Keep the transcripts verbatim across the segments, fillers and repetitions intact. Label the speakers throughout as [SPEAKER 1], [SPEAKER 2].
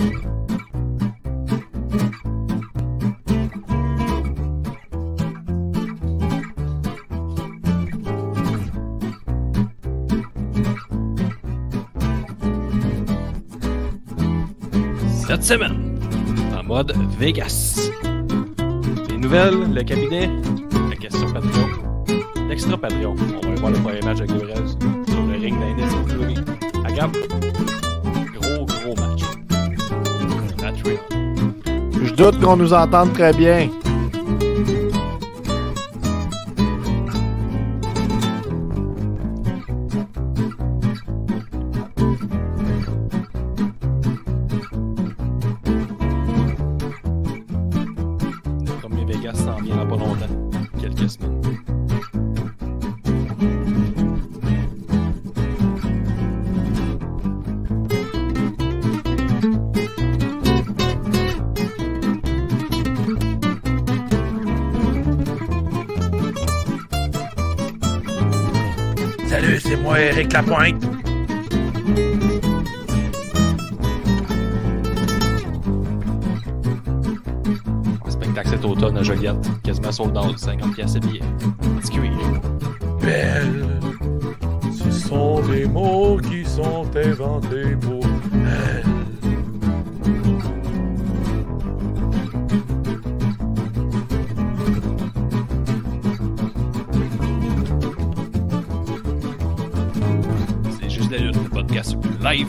[SPEAKER 1] Cette semaine, en mode Vegas. Les nouvelles, le cabinet, la question Patreon, l'extra Patreon. On va voir le premier match avec les Reds sur le ring d'Indes et Fleury. À Gap, gros, gros match. Patreon.
[SPEAKER 2] Je doute qu'on nous entende très bien.
[SPEAKER 3] Salut, c'est moi, Éric Lapointe.
[SPEAKER 1] Spectacle cet automne à Joliette, quasiment sold out, cinquante piastres à billet. Petit cuir.
[SPEAKER 3] Belle, ce sont des mots qui sont inventés pour elle.
[SPEAKER 1] Live.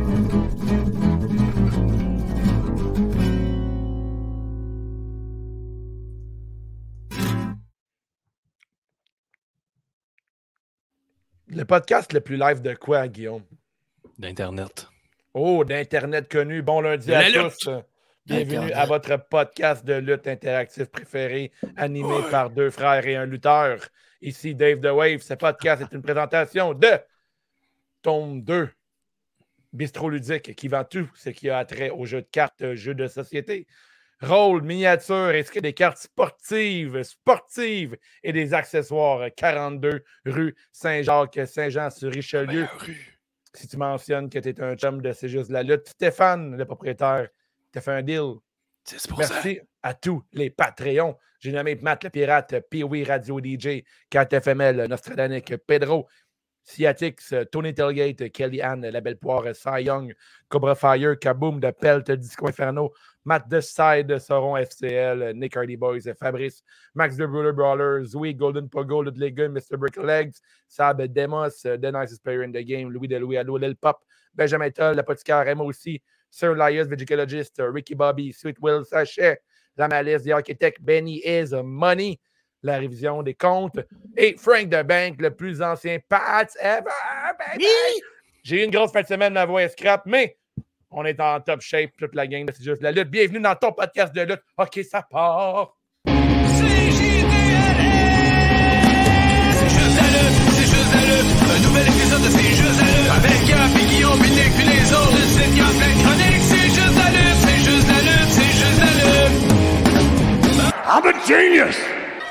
[SPEAKER 3] Le podcast le plus live de quoi, Guillaume?
[SPEAKER 1] D'Internet.
[SPEAKER 3] Oh, d'Internet connu. Bon lundi à tous. Bienvenue Internet. À votre podcast de lutte interactif préféré, animé oh. par deux frères et un lutteur. Ici Dave The Wave. Ce podcast est une présentation de Tome deux. Bistro Ludique, qui vend tout ce qui a trait aux jeux de cartes, jeux de société, rôles, miniatures, ainsi que des cartes sportives, sportives et des accessoires. quarante-deux rue Saint-Jacques, Saint-Jean-sur-Richelieu. Si tu mentionnes que tu es un chum de C'est juste la lutte, Stéphane, le propriétaire, t'a fait un deal.
[SPEAKER 1] C'est pour
[SPEAKER 3] Merci
[SPEAKER 1] ça.
[SPEAKER 3] à tous les Patreons. J'ai nommé Matt le Pirate, Pee-Wee Radio D J, quatre F M L, Nostradanic, Pedro, Ciatix, Tony Tailgate, Kelly Ann, La Belle Poire, Cy Young, Cobra Fire, Kaboom, de Pelt, Disco Inferno, Matt The Side, Sauron F C L, Nick Hardy Boys, Fabrice, Max the Bruler Brawler, Zoe, Golden Pogo, Lud Legume, mister Brick Legs, Sab Demos, The Nicest Player in the Game, Louis de Louis Allo, Lil Pop, Benjamin Toll, L'Apothicaire, Emma aussi, Sir Elias, Vegicologist, Ricky Bobby, Sweet Will, Sachet, La Malice, The Architect, Benny Is Money, la révision des comptes, et Frank the Bank, le plus ancien Pats ever, baby! J'ai eu une grosse fin de semaine, ma voix est scrap, mais on est en top shape, toute la gang, c'est juste la lutte. Bienvenue dans ton podcast de lutte. OK, ça part!
[SPEAKER 4] C'est juste la lutte, c'est juste la lutte. Un nouvel épisode de C'est juste la lutte. Avec Gap et Guillaume, puis Nick, puis les autres. C'est une plein de chroniques. C'est juste la lutte, c'est juste la lutte, c'est juste la lutte.
[SPEAKER 5] I'm a genius!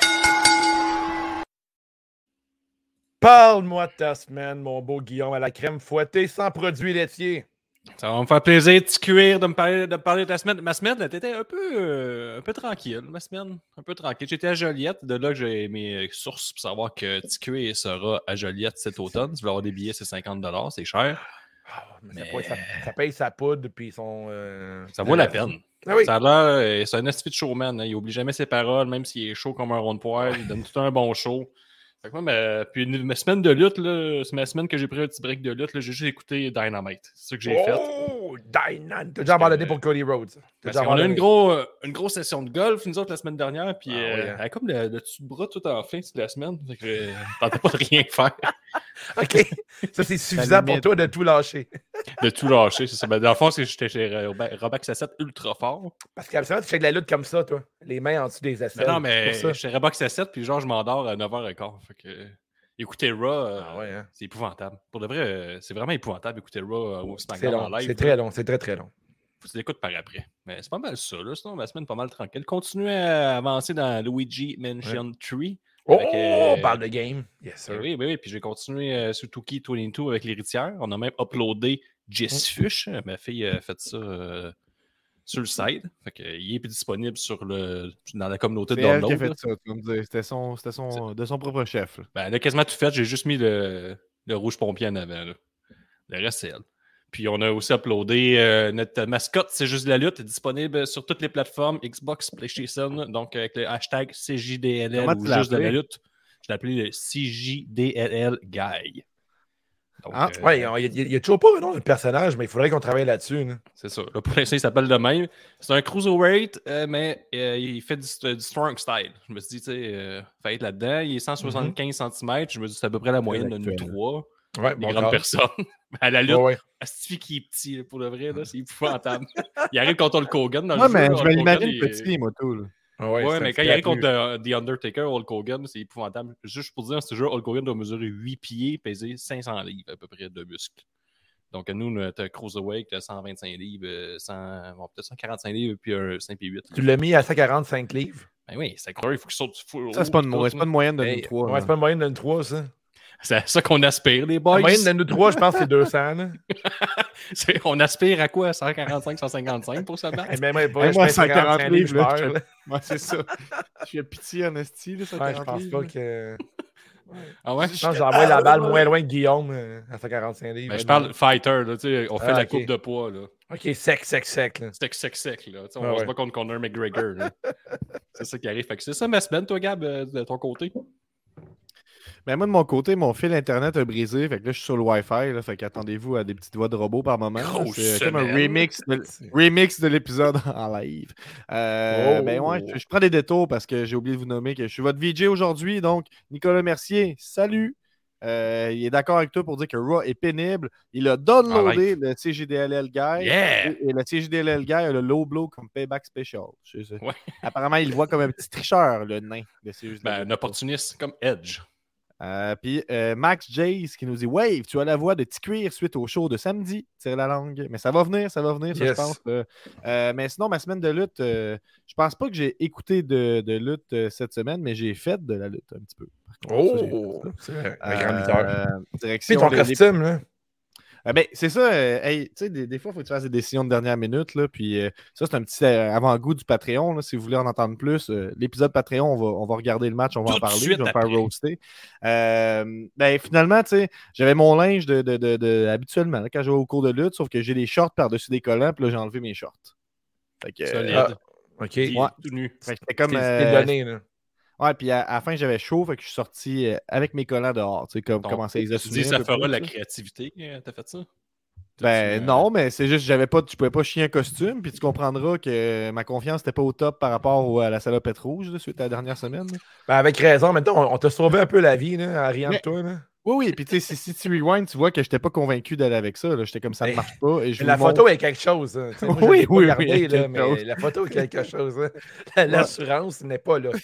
[SPEAKER 3] Parle-moi de ta semaine, mon beau Guillaume, à la crème fouettée sans produits laitiers.
[SPEAKER 1] Ça va me faire plaisir, petit cuir, de me parler de, me parler de ta semaine. Ma semaine, elle était un peu, euh, un peu tranquille. Ma semaine, un peu tranquille. J'étais à Joliette, de là que j'ai mes sources pour savoir que petit cuir sera à Joliette cet automne. Tu vas avoir des billets, c'est cinquante dollars, c'est cher.
[SPEAKER 3] Oh, mais mais... Ça, ça paye sa poudre, puis son. Euh...
[SPEAKER 1] Ça vaut la peine.
[SPEAKER 3] Ah oui.
[SPEAKER 1] Ça a l'air, c'est un esti de showman. Hein. Il n'oublie jamais ses paroles, même s'il est chaud comme un rond de poêle. Il donne tout un bon show. Fait que moi, mais, puis une, ma semaine de lutte, là, c'est ma semaine que j'ai pris un petit break de lutte. Là, j'ai juste écouté Dynamite. C'est ça que j'ai
[SPEAKER 3] oh,
[SPEAKER 1] fait.
[SPEAKER 3] Oh, Dynamite! T'as déjà abandonné pour Cody Rhodes.
[SPEAKER 1] Parce qu'on a eu une, gros, une grosse session de golf, nous autres, la semaine dernière. Puis, ah, euh,
[SPEAKER 3] oui, hein.
[SPEAKER 1] elle a comme le, le dessus de bras tout en fin de la semaine. Fait que je tentais pas de rien faire.
[SPEAKER 3] OK. Ça, c'est suffisant pour toi de tout lâcher.
[SPEAKER 1] De tout lâcher, c'est ça. Ben, dans le fond, c'est que j'étais chez Robac Sassette ultra fort.
[SPEAKER 3] Parce qu'absolument, tu fais de la lutte comme ça, toi. Les mains en dessous des aisselles.
[SPEAKER 1] Ben non, mais chez Robac Sassette, puis genre, je m'endors à neuf heures quinze. Fait que. Écouter Raw, euh,
[SPEAKER 3] ah ouais, hein?
[SPEAKER 1] C'est épouvantable. Pour de vrai, euh, c'est vraiment épouvantable écouter Raw euh, au SmackDown
[SPEAKER 3] long,
[SPEAKER 1] en live.
[SPEAKER 3] C'est très long, c'est très très long.
[SPEAKER 1] Faut que tu l'écoutes par après. Mais c'est pas mal ça, là. Sinon, ma semaine est pas mal tranquille. Continuez à avancer dans Luigi Mansion ouais. trois.
[SPEAKER 3] Oh,
[SPEAKER 1] avec, euh,
[SPEAKER 3] on parle de game. Yes, sir.
[SPEAKER 1] Oui, oui, oui. Puis j'ai continué euh, sur deux K vingt-deux avec l'héritière. On a même uploadé Jess Fush. Ma fille a fait ça euh, sur le site. Fait que, il est disponible sur le, dans la communauté de
[SPEAKER 2] C'est elle qui
[SPEAKER 1] download.
[SPEAKER 2] a fait ça, tu vas me dire. C'était son, c'était son, de son propre chef. Là.
[SPEAKER 1] Ben, elle a quasiment tout fait. J'ai juste mis le, le rouge pompier en avant. Là. Le reste, c'est elle. Puis on a aussi uploadé euh, notre mascotte, c'est juste de la lutte, est disponible sur toutes les plateformes, Xbox, PlayStation, donc avec le hashtag C J D L L
[SPEAKER 2] Comment
[SPEAKER 1] ou
[SPEAKER 2] tu l'as
[SPEAKER 1] juste de la
[SPEAKER 2] appelé?
[SPEAKER 1] lutte. Je l'ai appelé le C J D L L Guy. Donc,
[SPEAKER 2] Ah,
[SPEAKER 1] euh,
[SPEAKER 3] Ouais, il n'y a, a toujours pas un nom de personnage, mais il faudrait qu'on travaille là-dessus. Là.
[SPEAKER 1] c'est ça. Là, pour l'instant, il s'appelle de même. C'est un cruiserweight, euh, mais euh, il fait du, du strong style. Je me suis dit, tu sais, euh, fait être là-dedans. Il est cent soixante-quinze centimètres. Je me dis, c'est à peu près la moyenne de nous
[SPEAKER 2] actuel.
[SPEAKER 1] trois.
[SPEAKER 3] Ouais,
[SPEAKER 1] Des
[SPEAKER 3] bon
[SPEAKER 1] grandes
[SPEAKER 3] corps.
[SPEAKER 1] personnes. À la lutte,
[SPEAKER 3] Ouais, ouais.
[SPEAKER 1] Astifi qui est petit, là, pour le vrai, là, c'est épouvantable. Il arrive contre Hulk Hogan dans
[SPEAKER 2] Ouais,
[SPEAKER 1] le
[SPEAKER 2] mais
[SPEAKER 1] jeu.
[SPEAKER 2] je
[SPEAKER 1] Hulk
[SPEAKER 2] me
[SPEAKER 1] Hogan,
[SPEAKER 2] l'imagine
[SPEAKER 1] il est-
[SPEAKER 2] petit, moi, tout. Là.
[SPEAKER 3] Ah
[SPEAKER 1] Ouais,
[SPEAKER 3] ouais, c'est
[SPEAKER 1] mais
[SPEAKER 3] un
[SPEAKER 1] quand
[SPEAKER 3] petit
[SPEAKER 1] il arrive
[SPEAKER 3] peu
[SPEAKER 1] contre euh, The Undertaker, Hulk Hogan, c'est épouvantable. Juste pour dire, ce jeu, Hulk Hogan doit mesurer huit pieds, peser cinq cents livres à peu près de muscles. Donc, nous, notre Cruiserweight, cent vingt-cinq livres, euh, cent, bon, peut-être cent quarante-cinq livres, puis un cinq pieds huit.
[SPEAKER 3] Tu l'as mis à cent quarante-cinq livres.
[SPEAKER 1] Ben oui, c'est gros, il faut qu'il saute du fou.
[SPEAKER 2] Ça, c'est pas, une, mo- c'est pas une moyenne de nous
[SPEAKER 3] Hey,
[SPEAKER 2] trois.
[SPEAKER 3] ouais,
[SPEAKER 2] là.
[SPEAKER 3] c'est pas une moyenne de nous trois, ça.
[SPEAKER 1] C'est à ça qu'on aspire, les boys.
[SPEAKER 3] La moyenne de nous trois, je pense que c'est deux cents. Là.
[SPEAKER 1] C'est- on aspire à quoi? cent quarante-cinq, cent cinquante-cinq pour se battre?
[SPEAKER 3] Hey, même, moi,
[SPEAKER 2] Hey,
[SPEAKER 3] je
[SPEAKER 2] moi,
[SPEAKER 3] fais
[SPEAKER 2] cent quarante
[SPEAKER 3] cinquante-cinq
[SPEAKER 2] livres, là,
[SPEAKER 3] je
[SPEAKER 2] je
[SPEAKER 3] perds,
[SPEAKER 2] fais-
[SPEAKER 3] là.
[SPEAKER 2] Ouais, c'est ça. Je fais pitié en esti, là, cent
[SPEAKER 3] Ouais, je
[SPEAKER 2] quarante
[SPEAKER 3] pense
[SPEAKER 2] livres.
[SPEAKER 3] pas que.
[SPEAKER 1] Ah ouais?
[SPEAKER 3] Je pense que j'envoie la balle moins loin que Guillaume euh, à cent quarante-cinq livres.
[SPEAKER 1] Ben, je parle fighter, là, tu sais, on fait
[SPEAKER 3] Ah,
[SPEAKER 1] la
[SPEAKER 3] ok.
[SPEAKER 1] coupe de poids, là.
[SPEAKER 3] Ok, sec, sec, sec. Là.
[SPEAKER 1] Sec, sec, sec, là. Tu sais, on
[SPEAKER 3] Ah
[SPEAKER 1] se
[SPEAKER 3] ouais.
[SPEAKER 1] bat contre Conor McGregor, là. C'est ça qui arrive. Fait que c'est ça ma semaine, toi, Gab, euh, de ton côté?
[SPEAKER 2] Mais moi, de mon côté, mon fil Internet a brisé. Fait que là, je suis sur le Wi-Fi. Là, fait qu'attendez-vous à des petites voix de robots par moment. là.
[SPEAKER 1] Grosse
[SPEAKER 2] C'est comme un
[SPEAKER 1] semaine.
[SPEAKER 2] remix de, remix de l'épisode en live. Euh,
[SPEAKER 3] Oh.
[SPEAKER 2] Ben ouais, je, je prends des détours parce que j'ai oublié de vous nommer que je suis votre V J aujourd'hui. Donc, Nicolas Mercier, salut. Euh, il est d'accord avec toi pour dire que Raw est pénible. Il a downloadé le C J D L L Guy.
[SPEAKER 1] Yeah!
[SPEAKER 2] Et, et le C J D L L Guy a le low blow comme payback special. Je sais.
[SPEAKER 1] Ouais.
[SPEAKER 2] Apparemment, il le voit comme un petit tricheur, le nain de C J D L L.
[SPEAKER 1] Ben, un opportuniste comme Edge.
[SPEAKER 2] Euh, Puis euh, Max Jace qui nous dit Wave, tu as la voix de petit cuir suite au show de samedi. Tire la langue. Mais ça va venir, ça va venir, ça,
[SPEAKER 3] Yes.
[SPEAKER 2] je pense. là. Euh, mais sinon, ma semaine de lutte, euh, je pense pas que j'ai écouté de, de lutte euh, cette semaine, mais j'ai fait de la lutte un petit peu. Par contre, ça, j'ai
[SPEAKER 3] Oh,
[SPEAKER 2] fait ça.
[SPEAKER 3] c'est vrai, un grand lutteur.
[SPEAKER 2] Euh,
[SPEAKER 3] Puis
[SPEAKER 2] direction
[SPEAKER 3] ton
[SPEAKER 2] des- des-
[SPEAKER 3] costume, là.
[SPEAKER 2] Ah ben, c'est ça. euh, hey, tu sais, des, des fois, il faut que tu fasses des décisions de dernière minute. Là, puis euh, ça, c'est un petit euh, avant-goût du Patreon. Là, si vous voulez en entendre plus, euh, l'épisode Patreon, on va, on va regarder le match, on va
[SPEAKER 1] Tout
[SPEAKER 2] en parler.
[SPEAKER 1] de suite
[SPEAKER 2] Je vais me faire
[SPEAKER 1] après.
[SPEAKER 2] roaster. Euh, ben, finalement, tu sais, j'avais mon linge de, de, de, de- habituellement là, quand je vais au cours de lutte, sauf que j'ai des shorts par-dessus des collants, puis là, j'ai enlevé mes shorts. Fait que, euh,
[SPEAKER 1] Solide.
[SPEAKER 3] Ah, OK.
[SPEAKER 1] Il est
[SPEAKER 2] ouais.
[SPEAKER 1] tout nu.
[SPEAKER 2] fait que c'était comme.
[SPEAKER 3] C'est
[SPEAKER 2] euh,
[SPEAKER 3] donné, là.
[SPEAKER 2] ouais, puis à, à la fin, j'avais chaud, fait que je suis sorti euh, avec mes collants dehors. Tu sais, comme
[SPEAKER 1] Donc,
[SPEAKER 2] commencer à les
[SPEAKER 1] tu
[SPEAKER 2] assumer.
[SPEAKER 1] dis
[SPEAKER 2] un
[SPEAKER 1] ça
[SPEAKER 2] peu
[SPEAKER 1] fera
[SPEAKER 2] plus,
[SPEAKER 1] la
[SPEAKER 2] là.
[SPEAKER 1] créativité. euh, T'as fait ça?
[SPEAKER 2] Ben
[SPEAKER 1] T'as-tu, euh,
[SPEAKER 2] non, mais c'est juste j'avais pas, je pouvais pas chier un costume, puis tu comprendras que ma confiance n'était pas au top par rapport au- à la salopette rouge là, suite à la dernière semaine. là.
[SPEAKER 3] Ben, avec raison. Maintenant, on, on t'a sauvé un peu la vie, là, en riant de
[SPEAKER 2] Mais-
[SPEAKER 3] toi, là.
[SPEAKER 2] Oui, oui, puis tu sais, si, si tu rewind, tu vois que j'étais pas convaincu d'aller avec ça. là. J'étais comme ça ne
[SPEAKER 3] Mais-
[SPEAKER 2] marche pas. Et je
[SPEAKER 3] Mais
[SPEAKER 2] vous
[SPEAKER 3] la
[SPEAKER 2] montre-
[SPEAKER 3] photo est quelque chose. hein. Tu sais, moi, je
[SPEAKER 2] Oui,
[SPEAKER 3] l'ai pas
[SPEAKER 2] oui, oui,
[SPEAKER 3] gardée,
[SPEAKER 2] elle est
[SPEAKER 3] là,
[SPEAKER 2] quelque
[SPEAKER 3] mais
[SPEAKER 2] chose.
[SPEAKER 3] la photo est quelque chose. hein. La- L'assurance n'est pas là.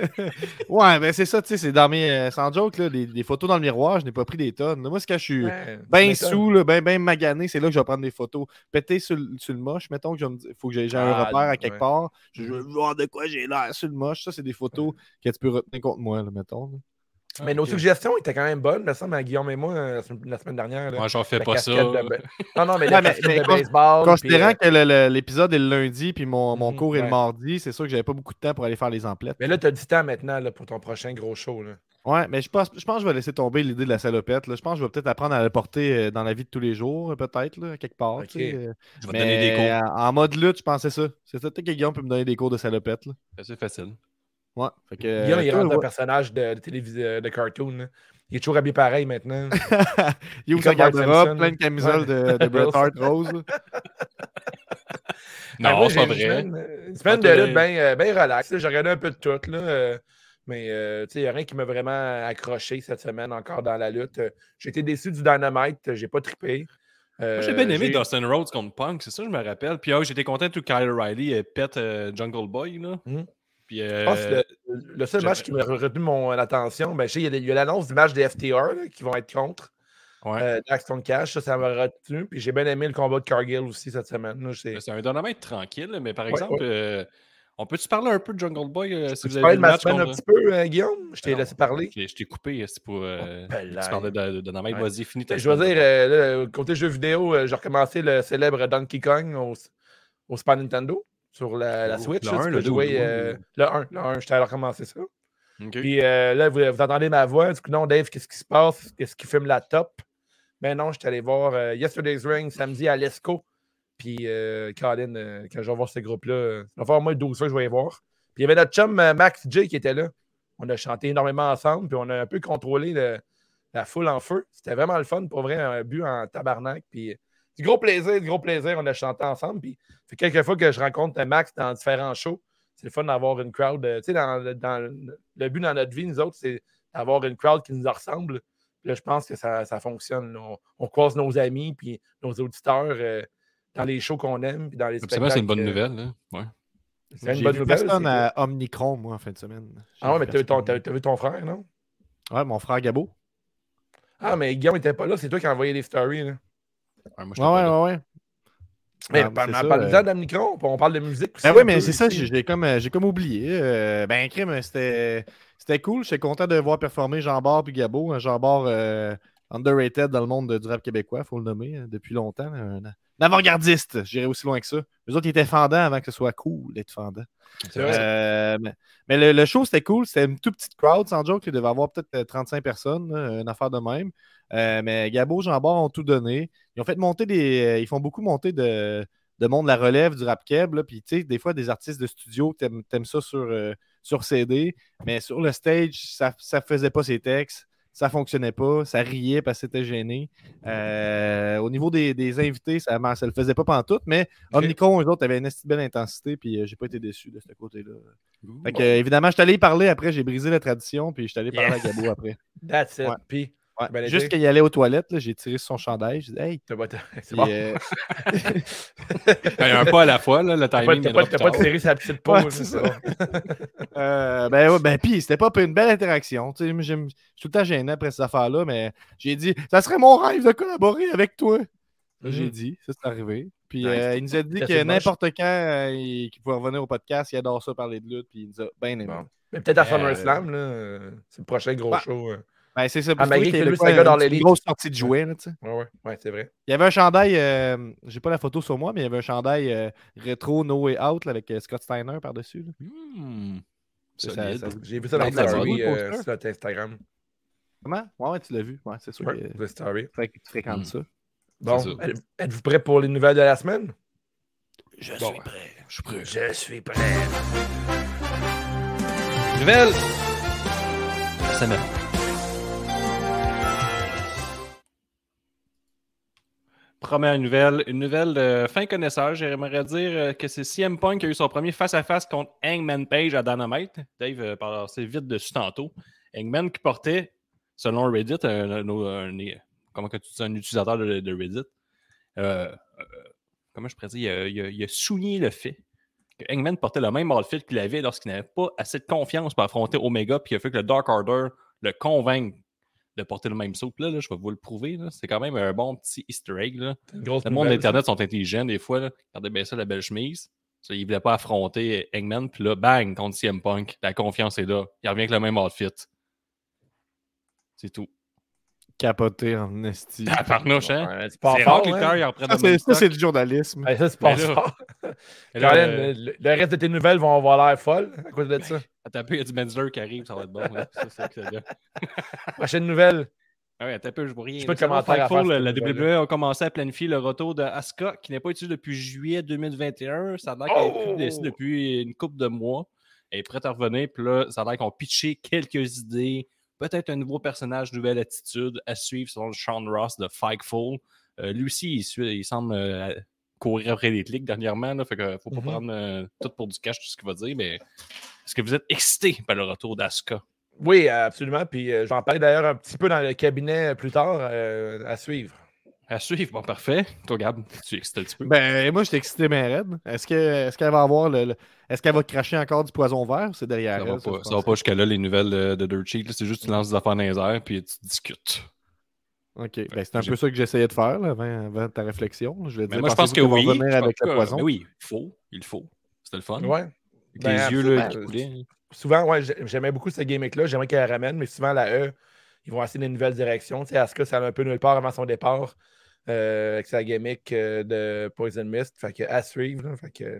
[SPEAKER 2] Ouais, ben c'est ça, tu sais, c'est dans mes. euh, sans joke, là, les, les photos dans le miroir, je n'ai pas pris des tonnes. Là, moi, c'est quand je suis
[SPEAKER 3] Ouais, tu
[SPEAKER 2] bien
[SPEAKER 3] m'étonnes.
[SPEAKER 2] sous, là, bien ben magané, c'est là que je vais prendre des photos. Pété sur, le- sur le moche, mettons que je me dis- faut que j'ai j'ai un
[SPEAKER 3] Ah,
[SPEAKER 2] repère à quelque
[SPEAKER 3] ouais.
[SPEAKER 2] part. Je veux voir de quoi j'ai l'air sur le moche. Ça, c'est des photos que tu peux retenir contre moi, là, mettons. là.
[SPEAKER 3] Mais nos
[SPEAKER 1] ok.
[SPEAKER 3] suggestions étaient quand même bonnes, me semble, à Guillaume et moi, euh, la semaine, la semaine dernière. là.
[SPEAKER 1] Moi, j'en fais
[SPEAKER 3] La
[SPEAKER 1] pas ça.
[SPEAKER 3] casquette de ba- Non, non, mais
[SPEAKER 2] Ouais,
[SPEAKER 3] la
[SPEAKER 2] mais-
[SPEAKER 3] casquette
[SPEAKER 2] mais
[SPEAKER 3] de
[SPEAKER 2] cons-
[SPEAKER 3] baseball.
[SPEAKER 2] Considérant
[SPEAKER 3] puis, euh,
[SPEAKER 2] que le- le- l'épisode est le lundi, puis mon, mon
[SPEAKER 3] Mhm,
[SPEAKER 2] cours est
[SPEAKER 3] ouais.
[SPEAKER 2] le mardi, c'est sûr que j'avais pas beaucoup de temps pour aller faire les emplettes.
[SPEAKER 3] Mais là, tu as du temps maintenant là, pour ton prochain gros show. Là.
[SPEAKER 2] Ouais, mais je pense, je pense que je vais laisser tomber l'idée de la salopette. Là. Je pense que je vais peut-être apprendre à la porter euh, dans la vie de tous les jours, euh, peut-être, là, quelque part.
[SPEAKER 3] Ok.
[SPEAKER 2] tu sais, euh.
[SPEAKER 1] Je vais te donner des
[SPEAKER 2] Mais
[SPEAKER 1] cours.
[SPEAKER 2] en en mode lutte, je pensais ça. C'est ça, peut-être que Guillaume peut me donner des cours de salopette. Là.
[SPEAKER 1] C'est facile.
[SPEAKER 2] Ouais. Fait que,
[SPEAKER 3] Guillaume, il
[SPEAKER 2] toi,
[SPEAKER 3] rentre un
[SPEAKER 2] ouais.
[SPEAKER 3] personnage de, de télévision, de cartoon. là. Il est toujours habillé pareil maintenant.
[SPEAKER 2] Il ouvre
[SPEAKER 3] comme
[SPEAKER 2] sa
[SPEAKER 3] Bart
[SPEAKER 2] garde-robe,
[SPEAKER 3] Simpson.
[SPEAKER 2] plein de camisoles
[SPEAKER 3] Ouais.
[SPEAKER 2] de, de Bret Hart rose. là.
[SPEAKER 3] Ben,
[SPEAKER 1] Non,
[SPEAKER 3] moi,
[SPEAKER 1] c'est
[SPEAKER 3] j'ai
[SPEAKER 1] pas
[SPEAKER 3] une
[SPEAKER 1] vrai.
[SPEAKER 3] semaine, euh, Une semaine de
[SPEAKER 1] Ah,
[SPEAKER 3] lutte
[SPEAKER 1] toi,
[SPEAKER 3] bien ben relax. là. J'ai regardé un peu de tout. Là, euh, mais euh, il n'y a rien qui m'a vraiment accroché cette semaine encore dans la lutte. Euh, J'ai été déçu du Dynamite. J'ai pas trippé.
[SPEAKER 1] Moi, j'ai bien aimé Dustin Rhodes contre Punk, c'est ça, je me rappelle. Puis ah, j'étais content que Kyle O'Reilly ait pète euh, Jungle Boy. Là.
[SPEAKER 3] Mhm.
[SPEAKER 1] Puis,
[SPEAKER 3] Je pense que
[SPEAKER 1] euh,
[SPEAKER 3] le, le seul
[SPEAKER 1] j'avais-
[SPEAKER 3] match qui m'a retenu mon attention, ben, je sais, il y a, des- il y a l'annonce du match des F T R là, qui vont être contre
[SPEAKER 1] ouais.
[SPEAKER 3] euh, Daxton Cash. Ça, ça m'a retenu. Puis j'ai bien aimé le combat de Cargill aussi cette semaine. Là, c'est-
[SPEAKER 1] C'est un dynamite tranquille, mais par
[SPEAKER 3] Ouais,
[SPEAKER 1] exemple,
[SPEAKER 3] ouais.
[SPEAKER 1] euh, on peut-tu parler un peu de Jungle Boy euh, si
[SPEAKER 3] Tu
[SPEAKER 1] vous avez
[SPEAKER 3] parlais
[SPEAKER 1] vu
[SPEAKER 3] de
[SPEAKER 1] le
[SPEAKER 3] ma
[SPEAKER 1] match
[SPEAKER 3] semaine un
[SPEAKER 1] contre...
[SPEAKER 3] petit peu, euh, Guillaume? Je t'ai
[SPEAKER 1] Non.
[SPEAKER 3] laissé parler.
[SPEAKER 1] Je t'ai coupé, c'est pour... euh,
[SPEAKER 3] Oh, ben
[SPEAKER 1] tu parlais de, de Dynamite,
[SPEAKER 3] Ouais.
[SPEAKER 1] vas-y, finis ta
[SPEAKER 3] Je veux
[SPEAKER 1] semaine.
[SPEAKER 3] dire, euh, là, côté jeux vidéo, euh, j'ai recommencé le célèbre Donkey Kong au, au Super Nintendo, sur la, la
[SPEAKER 1] Oh,
[SPEAKER 3] Switch.
[SPEAKER 1] le
[SPEAKER 3] là,
[SPEAKER 1] un,
[SPEAKER 3] tu
[SPEAKER 1] le
[SPEAKER 3] peux
[SPEAKER 1] deux,
[SPEAKER 3] jouer,
[SPEAKER 1] le
[SPEAKER 3] euh,
[SPEAKER 1] deux.
[SPEAKER 3] le un. Le un, j'étais allé recommencer ça.
[SPEAKER 1] Okay.
[SPEAKER 3] Puis euh, là, vous, vous entendez ma voix. Du coup, non, Dave, qu'est-ce qui se passe? Qu'est-ce qui filme la top? Mais non, j'étais allé voir euh, Yesterday's Ring samedi à l'Esco. Puis, euh, Colin, euh, quand je vais voir ce groupe-là, euh, ça va faire au moins douze fois que je vais y voir. Puis, il y avait notre chum euh, Max J qui était là. On a chanté énormément ensemble, puis on a un peu contrôlé le, la foule en feu. C'était vraiment le fun, pour vrai, un but en tabarnak. Puis, du gros plaisir, du gros plaisir, on a chanté ensemble. Puis, ça fait quelques fois que je rencontre Max dans différents shows. C'est le fun d'avoir une crowd. Euh, tu sais, dans, dans, le but dans notre vie, nous autres, c'est d'avoir une crowd qui nous ressemble. Puis là, je pense que ça, ça fonctionne. On, on croise nos amis, puis nos auditeurs. Euh, dans les shows qu'on aime, puis dans les spectacles.
[SPEAKER 1] C'est une bonne nouvelle. Là. Ouais.
[SPEAKER 3] C'est une
[SPEAKER 2] J'ai
[SPEAKER 3] bonne
[SPEAKER 2] vu
[SPEAKER 3] nouvelle.
[SPEAKER 2] personne à Omnicron, moi, en fin de semaine.
[SPEAKER 3] Ah ouais, mais t'as vu, ton, t'as, t'as vu ton frère, non?
[SPEAKER 2] Ouais, mon frère Gabo.
[SPEAKER 3] Ah, mais Guillaume n'était pas là, c'est toi qui as envoyé les stories. Là.
[SPEAKER 2] Ouais, moi, ouais, ouais, ouais, ouais.
[SPEAKER 3] Mais
[SPEAKER 2] ah,
[SPEAKER 3] parle
[SPEAKER 2] ça,
[SPEAKER 3] parle
[SPEAKER 2] euh...
[SPEAKER 3] d'Omnicron, on parle de musique aussi.
[SPEAKER 2] Ben oui, mais c'est ça, j'ai comme, j'ai comme oublié. Euh, ben, crime, c'était, c'était cool. J'étais content de voir performer Jean-Bart puis Gabo. Jean-Bart euh, underrated dans le monde du rap québécois, il faut le nommer, hein, depuis longtemps. Un, un avant-gardiste, j'irais aussi loin que ça. Les autres, ils étaient fendants avant que ce soit cool d'être fendant. Euh, mais mais le, le show, c'était cool. C'était une toute petite crowd, sans joke. Il devait avoir peut-être trente-cinq personnes, là, une affaire de même. Euh, mais Gabo, Jean-Bart ont tout donné. Ils ont fait monter des. Ils font beaucoup monter de, de monde la relève du rap keb. Là. Puis, tu sais, des fois, des artistes de studio, t'aimes, t'aimes ça sur, euh, sur C D. Mais sur le stage, ça ne faisait pas ses textes. Ça fonctionnait pas, ça riait parce que c'était gêné. Euh, au niveau des, des invités, ça ne le faisait pas pantoute, mais okay. Omnicron, eux autres, avaient une belle intensité, puis euh, j'ai pas été déçu de ce côté-là. Ouh, fait que, bon. euh, évidemment, je suis allé y parler après, j'ai brisé la tradition, puis je suis allé parler yes. à Gabo après.
[SPEAKER 3] That's it.
[SPEAKER 2] Ouais.
[SPEAKER 3] Puis,
[SPEAKER 2] ouais. Ben, juste qu'il allait aux toilettes, là, j'ai tiré sur son chandail, j'ai dit « Hey! »
[SPEAKER 3] C'est bon. Euh...
[SPEAKER 1] un pas à la fois, là, le timing.
[SPEAKER 3] T'as pas, pas, pas tiré sa petite pause.
[SPEAKER 2] Ouais, c'est ça. euh, ben, ouais, ben, puis c'était pas une belle interaction. Je suis tout le temps gêné après cette affaire-là, mais j'ai dit « Ça serait mon rêve de collaborer avec toi. » Mm-hmm. J'ai dit, ça c'est arrivé. Puis nice. euh, il nous a dit que n'importe quand euh, il, qu'il pouvait revenir au podcast, il adore ça parler de lutte, puis il nous a bien aimé. Bon.
[SPEAKER 3] Mais peut-être à SummerSlam, euh... là, c'est le prochain gros
[SPEAKER 2] bah,
[SPEAKER 3] show. Euh...
[SPEAKER 2] Ben, c'est ça.
[SPEAKER 3] Ah,
[SPEAKER 2] mais
[SPEAKER 3] il
[SPEAKER 2] y a
[SPEAKER 3] le gars dans l'élite.
[SPEAKER 2] Une grosse sortie de jouets, là, tu sais.
[SPEAKER 3] Ouais, ouais, ouais, c'est vrai.
[SPEAKER 2] Il y avait un chandail, euh, j'ai pas la photo sur moi, mais il y avait un chandail euh, rétro No Way Out là, avec euh, Scott Steiner par-dessus.
[SPEAKER 1] Mmh.
[SPEAKER 3] Ça, ça, ça, j'ai vu ça dans la story euh, sur notre Instagram.
[SPEAKER 2] Comment? Ouais, ouais, tu l'as vu. Ouais, c'est sûr
[SPEAKER 3] ouais,
[SPEAKER 2] que
[SPEAKER 3] the story.
[SPEAKER 2] Tu fréquentes mmh. ça.
[SPEAKER 3] Bon, êtes-vous prêts pour les nouvelles de la semaine?
[SPEAKER 2] Je
[SPEAKER 3] bon,
[SPEAKER 2] suis prêt. Je suis prêt.
[SPEAKER 3] Je suis prêt.
[SPEAKER 1] Nouvelle semaine. Première nouvelle, une nouvelle de fin connaisseur. J'aimerais dire que c'est C M Punk qui a eu son premier face-à-face contre Hangman Page à Dynamite. Dave euh, passé vite dessus tantôt. Hangman qui portait, selon Reddit, un, un, un, un comment que tu dis, un utilisateur de, de Reddit. Euh, euh, comment je pourrais dire, il a, il, a, il a souligné le fait que Hangman portait le même outfit qu'il avait lorsqu'il n'avait pas assez de confiance pour affronter Omega, puis il a fait que le Dark Order le convainc de porter le même saut. Là, là, je vais vous le prouver. Là. C'est quand même un bon petit easter egg. Là. Le monde d'Internet sont intelligents des fois. Là. Regardez bien ça, la belle chemise. Ça, il ne voulait pas affronter Hangman. Puis là, bang, contre C M Punk. La confiance est là. Il revient avec le même outfit. C'est tout.
[SPEAKER 2] Capoté en esti.
[SPEAKER 1] Ah, parnouche, hein?
[SPEAKER 3] Ouais,
[SPEAKER 1] c'est pas rare que les lutteurs, ils reprennent
[SPEAKER 2] ça, c'est, ça, c'est du journalisme.
[SPEAKER 3] Ouais, ça, c'est pas fort. Le, le, le reste de tes nouvelles vont avoir l'air folles à cause de ça.
[SPEAKER 1] Attends un peu, il y a du Menzler qui arrive, ça va être bon. Là. Ça, c'est excellent.
[SPEAKER 3] Prochaine nouvelle.
[SPEAKER 1] Ah oui, attends un peu, je vois rien.
[SPEAKER 3] Je peux te commenter à
[SPEAKER 1] faire la W W E a commencé à planifier le retour de Asuka, qui n'est pas utilisé depuis juillet deux mille vingt et un. Ça a l'air qu'elle est plus blessée depuis une couple de mois. Elle est prête à revenir. Puis là, ça a l'air qu'on pitché quelques idées. Peut-être un nouveau personnage, nouvelle attitude à suivre selon Sean Ross de Fightful. Euh, lui aussi, il, suit, il semble euh, courir après les clics dernièrement. Là, fait que faut pas mm-hmm. prendre euh, tout pour du cash, tout ce qu'il va dire. Mais est-ce que vous êtes excité par le retour d'Asuka?
[SPEAKER 3] Oui, absolument. Puis euh, j'en parlais d'ailleurs un petit peu dans le cabinet plus tard. Euh, à suivre.
[SPEAKER 1] À suivre, bon, parfait. Toi, Gab, tu es excité un petit peu?
[SPEAKER 2] Ben, moi, je suis excité, mais raide. Est-ce, que, est-ce qu'elle va avoir le, le. Est-ce qu'elle va cracher encore du poison vert ou c'est derrière
[SPEAKER 1] ça
[SPEAKER 2] elle?
[SPEAKER 1] Va
[SPEAKER 2] ça,
[SPEAKER 1] pas, ça va pas jusqu'à là, les nouvelles de, de Dirt Sheet. Là, c'est juste que tu lances des affaires dans les airs puis tu discutes.
[SPEAKER 2] OK. Ben, c'est un peu ça que j'essayais de faire là, avant, avant ta réflexion. Je vais dire,
[SPEAKER 1] moi, je pense que oui. Je
[SPEAKER 2] avec
[SPEAKER 1] pense
[SPEAKER 2] le poison.
[SPEAKER 1] Mais oui, il faut. Il faut. C'était le fun.
[SPEAKER 3] Ouais.
[SPEAKER 1] Avec
[SPEAKER 3] ben,
[SPEAKER 1] les yeux là, qui coulaient.
[SPEAKER 3] Souvent, ouais, j'aimais beaucoup ce gimmick-là. J'aimerais qu'elle la ramène, mais souvent, la E, ils vont essayer une nouvelle direction. Tu sais, Asuka, ça allait un peu nulle part avant son départ. euh, avec sa gimmick euh, de Poison Mist. Fait que à suivre. Là, fait que,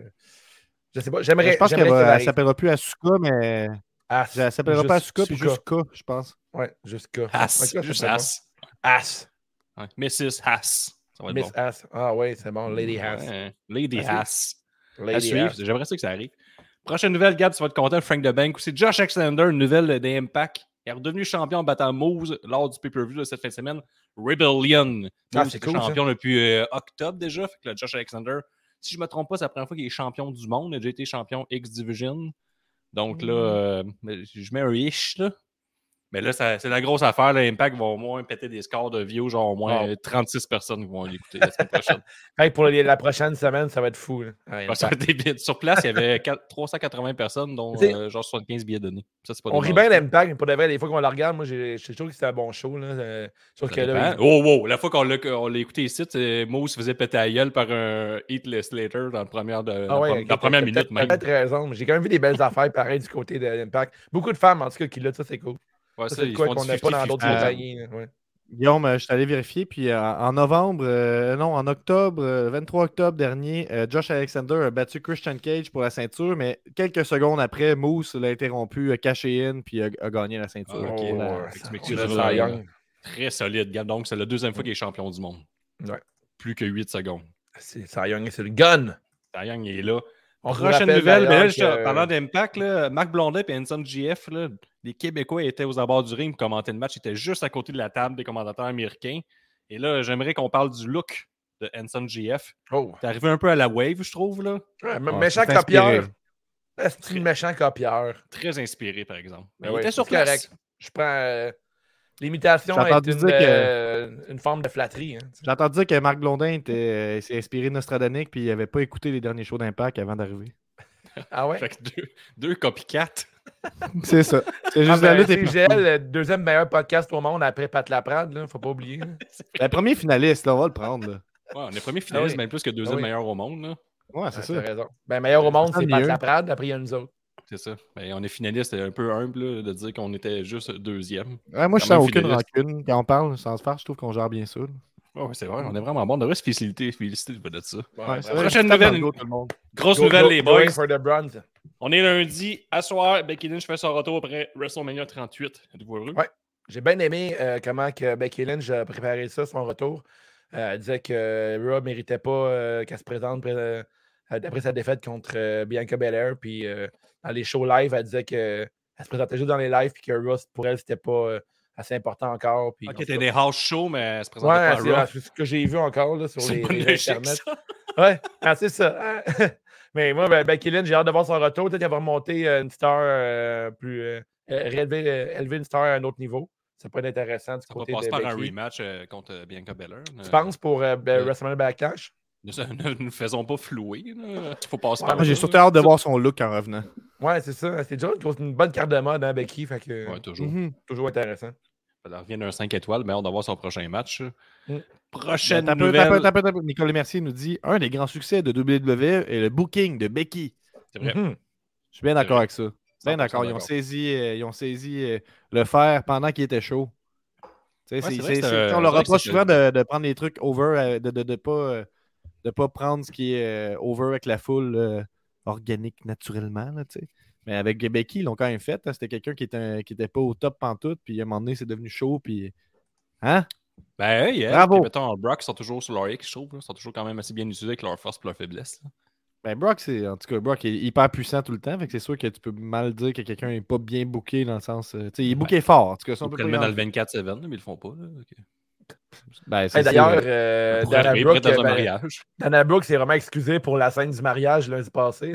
[SPEAKER 3] je sais pas. J'aimerais.
[SPEAKER 2] Je pense
[SPEAKER 3] j'aimerais
[SPEAKER 2] qu'elle
[SPEAKER 3] que ça
[SPEAKER 2] ne
[SPEAKER 3] arrive.
[SPEAKER 2] s'appellera plus Asuka, mais.
[SPEAKER 3] As.
[SPEAKER 2] Elle s'appellera
[SPEAKER 3] Juste
[SPEAKER 2] pas Asuka, puis
[SPEAKER 3] Suka.
[SPEAKER 2] juste K, je pense.
[SPEAKER 3] Ouais, juste K.
[SPEAKER 1] As.
[SPEAKER 3] Ouais, K,
[SPEAKER 1] Juste
[SPEAKER 3] c'est bon.
[SPEAKER 1] As.
[SPEAKER 3] As.
[SPEAKER 1] Ouais. missus Haas. Ça va être
[SPEAKER 3] Miss
[SPEAKER 1] bon.
[SPEAKER 3] As. Ah ouais, c'est bon. Lady As.
[SPEAKER 1] Ouais. Lady
[SPEAKER 3] À
[SPEAKER 1] Haas. À
[SPEAKER 3] Lady
[SPEAKER 1] suivre.
[SPEAKER 3] As.
[SPEAKER 1] J'aimerais ça que ça arrive. Prochaine nouvelle, Gab, tu vas être content. Frank the Bank aussi. Josh Alexander, une nouvelle des Impact. Il est redevenu champion en battant Moose lors du pay-per-view de cette fin de semaine. Rebellion. Moose
[SPEAKER 3] Ah,
[SPEAKER 1] est
[SPEAKER 3] c'est cool,
[SPEAKER 1] champion ça. depuis euh, octobre déjà. Fait que le Josh Alexander, si je ne me trompe pas, c'est la première fois qu'il est champion du monde. Il a déjà été champion X-Division. Donc là, euh, je mets un ish, là. Mais là, ça, c'est la grosse affaire. L'Impact va au moins péter des scores de views, genre au moins oh. trente-six personnes qui vont l'écouter la semaine prochaine.
[SPEAKER 3] Hey, pour les, la prochaine semaine, ça va être fou. Là.
[SPEAKER 1] Ouais, ça va être des billets. Sur place, il y avait trois cent quatre-vingts personnes, dont euh, genre soixante-quinze billets donnés. Ça, c'est pas
[SPEAKER 3] on rit bien l'Impact, mais pour de vrai, les fois qu'on la regarde, moi, je suis sûr que c'était un bon show. Là. Euh, sauf que là,
[SPEAKER 1] il... Oh, wow! La fois qu'on l'a, on l'a écouté ici, Moose se faisait péter à gueule par un Heatless Slater dans, le première de,
[SPEAKER 3] ah ouais,
[SPEAKER 1] dans,
[SPEAKER 3] okay,
[SPEAKER 1] dans la première minute même.
[SPEAKER 3] Tu as peut-être raison, mais j'ai quand même vu des belles affaires pareilles du côté de l'Impact. Beaucoup de femmes, en tout cas, qui l'ont, ça, c'est cool.
[SPEAKER 1] Ouais,
[SPEAKER 3] ça,
[SPEAKER 1] ça,
[SPEAKER 3] c'est quoi qu'on n'a pas dans d'autres compagnies. Ouais.
[SPEAKER 2] Guillaume, je suis allé vérifier, puis euh, en novembre, euh, non, en octobre, euh, vingt-trois octobre dernier, euh, Josh Alexander a battu Christian Cage pour la ceinture, mais quelques secondes après, Moose l'a interrompu, a caché in, puis a, a gagné la ceinture.
[SPEAKER 1] Ah,
[SPEAKER 2] okay,
[SPEAKER 1] oh,
[SPEAKER 2] la...
[SPEAKER 1] ça, Young. Très solide, Gab. Donc, c'est la deuxième fois qu'il est champion du monde.
[SPEAKER 3] Ouais.
[SPEAKER 1] Plus que huit secondes.
[SPEAKER 3] C'est Cy Young, c'est le gun.
[SPEAKER 1] Cy Young est là.
[SPEAKER 3] On
[SPEAKER 1] Prochaine nouvelle, mais là, que... parlant d'Impact, là, Marc Blondet et Hanson G F, là, les Québécois étaient aux abords du ring pour commenter le match. Ils étaient juste à côté de la table des commentateurs américains. Et là, j'aimerais qu'on parle du look de Hanson G F.
[SPEAKER 3] Oh.
[SPEAKER 1] T'es arrivé un peu à la wave, je trouve. Là.
[SPEAKER 3] Ouais, oh, méchant copieur. C'est une méchant copieur.
[SPEAKER 1] Très inspiré, par exemple.
[SPEAKER 3] Mais
[SPEAKER 1] il
[SPEAKER 3] oui,
[SPEAKER 1] était sur place.
[SPEAKER 3] Correct. Je prends... Euh... L'imitation est une,
[SPEAKER 2] que...
[SPEAKER 3] euh, une forme de flatterie. Hein,
[SPEAKER 2] j'ai entendu dire que Marc Blondin était, euh, s'est inspiré de Nostradamus puis il n'avait pas écouté les derniers shows d'Impact avant d'arriver.
[SPEAKER 3] Ah ouais?
[SPEAKER 1] Fait que deux, deux copycats.
[SPEAKER 2] C'est ça. C'est juste
[SPEAKER 3] ah,
[SPEAKER 2] la lutte.
[SPEAKER 3] C'est G L, le deuxième meilleur podcast au monde après Pat Laprade, là, faut pas oublier.
[SPEAKER 2] Le premier finaliste, là, on va le prendre. Là.
[SPEAKER 1] Ouais, on est premier finaliste,
[SPEAKER 3] ah oui.
[SPEAKER 1] même plus que deuxième
[SPEAKER 3] ah oui.
[SPEAKER 1] meilleur au monde. Là.
[SPEAKER 2] Ouais, c'est
[SPEAKER 3] ah,
[SPEAKER 2] ça.
[SPEAKER 3] T'as raison. Ben, meilleur au monde, c'est Pat Laprade, après il y a nous autres.
[SPEAKER 1] C'est ça. Ben, on est finaliste, c'est un peu humble là, de dire qu'on était juste deuxième.
[SPEAKER 2] Ouais, moi, je sens aucune rancune. Quand on parle, sans se faire, je trouve qu'on gère bien ça.
[SPEAKER 1] Oh, c'est vrai, on est vraiment bon. On devrait se féliciter, féliciter de ça.
[SPEAKER 2] Ouais,
[SPEAKER 1] ouais, prochaine nouvelle. Une...
[SPEAKER 2] Tout le monde.
[SPEAKER 1] Grosse
[SPEAKER 3] go,
[SPEAKER 1] nouvelle,
[SPEAKER 3] go,
[SPEAKER 1] les boys.
[SPEAKER 3] The
[SPEAKER 1] on est lundi, à soir. Becky Lynch fait son retour après WrestleMania trente-huit. Êtes-vous heureux?
[SPEAKER 3] Ouais. J'ai bien aimé euh, comment que Becky Lynch a préparé ça, son retour. Euh, elle disait que Raw ne méritait pas euh, qu'elle se présente euh, après sa défaite contre euh, Bianca Belair. Puis euh, dans les shows live, elle disait qu'elle se présentait juste dans les lives et que Raw, pour elle, c'était pas euh, assez important encore. Puis,
[SPEAKER 1] ok, c'était des house shows, mais elle se présentait
[SPEAKER 3] ouais,
[SPEAKER 1] pas à Raw.
[SPEAKER 3] C'est ce que j'ai vu encore là, sur les, les
[SPEAKER 1] logique,
[SPEAKER 3] Internet. Ouais, ah, c'est ça. Mais moi, ben, Becky Lynch, j'ai hâte de voir son retour. Peut-être qu'elle va remonter une star euh, plus. Euh, élever, euh, élever une star à un autre niveau. Ça peut être intéressant du
[SPEAKER 1] ça
[SPEAKER 3] côté
[SPEAKER 1] va passer
[SPEAKER 3] de
[SPEAKER 1] par
[SPEAKER 3] Becky.
[SPEAKER 1] un rematch euh, contre Bianca Belair.
[SPEAKER 3] Tu euh, penses pour euh, euh, WrestleMania Backlash?
[SPEAKER 1] Ne, ne, ne nous faisons pas flouer. Il faut passer
[SPEAKER 2] ouais,
[SPEAKER 1] par
[SPEAKER 2] moi, j'ai surtout hâte de voir son look en revenant.
[SPEAKER 3] Ouais, c'est ça. C'est déjà une, une bonne carte de mode, hein, Becky. Fait que,
[SPEAKER 1] ouais, toujours.
[SPEAKER 3] Mm-hmm. Toujours intéressant.
[SPEAKER 1] Elle revient d'un cinq étoiles, mais on doit voir son prochain match.
[SPEAKER 3] Mm.
[SPEAKER 1] Prochaine
[SPEAKER 2] ben,
[SPEAKER 1] nouvelle.
[SPEAKER 2] Peu, peu, peu, peu, Nicolas Mercier nous dit un des grands succès de W W E est le booking de Becky.
[SPEAKER 1] C'est vrai.
[SPEAKER 2] Mm-hmm. Je suis bien d'accord avec ça. Bien d'accord. Ils ont saisi, euh, ils ont saisi euh, le fer pendant qu'il était chaud. Ouais, c'est, c'est, c'est, euh, on leur reproche souvent de, de prendre les trucs over, de ne de, de pas, de pas prendre ce qui est euh, over avec la foule euh, organique naturellement. Là, mais avec Becky, ils l'ont quand même fait. Hein, c'était quelqu'un qui était, qui était pas au top pantoute, puis à un moment donné, c'est devenu chaud. Puis... Hein?
[SPEAKER 1] Ben, yeah.
[SPEAKER 2] Bravo.
[SPEAKER 1] Puis, mettons, Brock sont toujours sur leur X, je trouve. Ils sont toujours quand même assez bien utilisés avec leur force et leur faiblesse. Là.
[SPEAKER 2] Ben, Brock, c'est, en tout cas, Brock est hyper puissant tout le temps. Fait que c'est sûr que tu peux mal dire que quelqu'un n'est pas bien booké dans le sens. Euh, il est booké fort. En tout cas, ça, on peut
[SPEAKER 1] le mettre dans le vingt-quatre sept, mais ils le font pas. Là. Okay.
[SPEAKER 2] Ben, c'est
[SPEAKER 3] hey, d'ailleurs, euh, Dana, Brooke,
[SPEAKER 1] dans un
[SPEAKER 3] ben,
[SPEAKER 1] mariage.
[SPEAKER 3] Dana Brooke s'est vraiment excusée pour la scène du mariage lundi passé.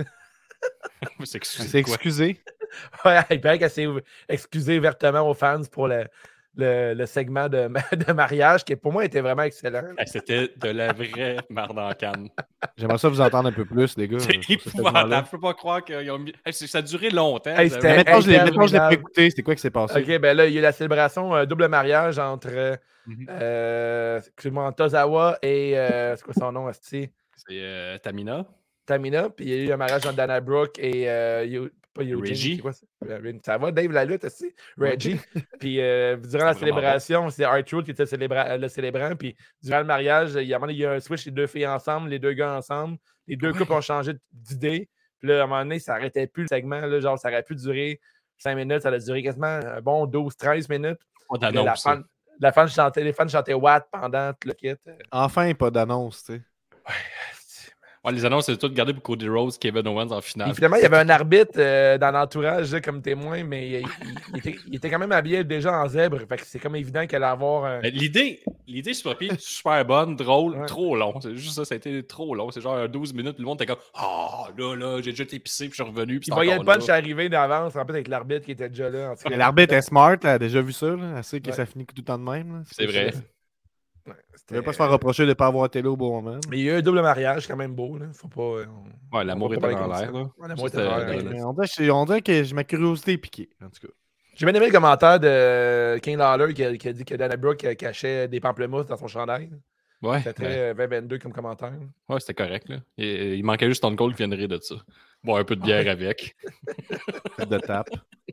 [SPEAKER 2] c'est excusé. C'est excusé.
[SPEAKER 3] Ouais, il paraît qu'elle s'est excusée ouvertement aux fans pour le. Le, le segment de, de mariage qui pour moi était vraiment excellent.
[SPEAKER 1] C'était de la vraie marde en canne.
[SPEAKER 2] J'aimerais ça vous entendre un peu plus, les gars.
[SPEAKER 1] C'est épouvantable. Je peux pas croire qu'ils ont mis. Hey, ça a duré longtemps.
[SPEAKER 2] Hey, mais mettons, je l'ai, mettons, je l'ai pas écouté. C'est quoi qui s'est passé?
[SPEAKER 3] Ok, ben là, il y a eu la célébration euh, double mariage entre mm-hmm. euh, excuse-moi, Tozawa et euh, c'est quoi son nom, Asti?
[SPEAKER 1] C'est euh, Tamina.
[SPEAKER 3] Tamina. Puis il y a eu un mariage entre Dana Brooke et euh, Pas Eugene,
[SPEAKER 1] Reggie.
[SPEAKER 3] c'est quoi ça? Ça va, Dave, la lutte aussi? Reggie. Puis euh, durant la célébration, bon. c'est R-Truth qui était célébra- le célébrant. Puis durant le mariage, il y, a, il y a un switch, les deux filles ensemble, les deux gars ensemble. Les deux ouais. couples ont changé d'idée. Puis là, à un moment donné, ça n'arrêtait plus le segment. Là, genre, ça aurait pu durer cinq minutes. Ça a duré quasiment un bon douze treize minutes.
[SPEAKER 1] Pas d'annonce.
[SPEAKER 3] La fan, la fan chantait, les fans chantaient Watt pendant tout le kit.
[SPEAKER 2] Enfin, pas d'annonce, tu sais.
[SPEAKER 3] Ouais.
[SPEAKER 1] Ouais, les annonces, c'est tout gardé pour Cody Rhodes, Kevin Owens en finale.
[SPEAKER 3] Et finalement, il y avait un arbitre euh, dans l'entourage là, comme témoin, mais il, il, était, il était quand même habillé déjà en zèbre. Fait que c'est comme évident qu'elle allait avoir un...
[SPEAKER 1] L'idée, l'idée super pire, super bonne, drôle, ouais. trop long. C'est juste ça, ça a été trop long. C'est genre douze minutes, puis le monde était comme ah, oh, là, là, j'ai déjà été pissé, puis je suis revenu.
[SPEAKER 3] Il voyait le punch arriver d'avance, en fait, avec l'arbitre qui était déjà là.
[SPEAKER 2] Mais l'arbitre est smart, elle a déjà vu ça. Là. Elle sait que ouais. ça finit tout le temps de même. Là.
[SPEAKER 1] C'est, c'est vrai.
[SPEAKER 2] Ouais, il ne va pas se faire reprocher de ne pas avoir été là au bon moment.
[SPEAKER 3] Mais il y a eu un double mariage quand même beau. Là. Faut pas, on,
[SPEAKER 1] ouais, l'amour était dans l'air.
[SPEAKER 3] Ouais, l'amour était dans l'air.
[SPEAKER 2] On dirait, on dirait que ma curiosité est piquée, en tout cas.
[SPEAKER 3] J'ai bien aimé le commentaire de King Lawler qui a, qui a dit que Dana Brooke cachait des pamplemousses dans son chandail.
[SPEAKER 1] Ouais.
[SPEAKER 3] C'était très vingt vingt-deux comme commentaire.
[SPEAKER 1] Ouais, c'était correct. Là. Il, il manquait juste Stone Cold qui viendrait de ça. Bon, un peu de bière avec.
[SPEAKER 2] de tape.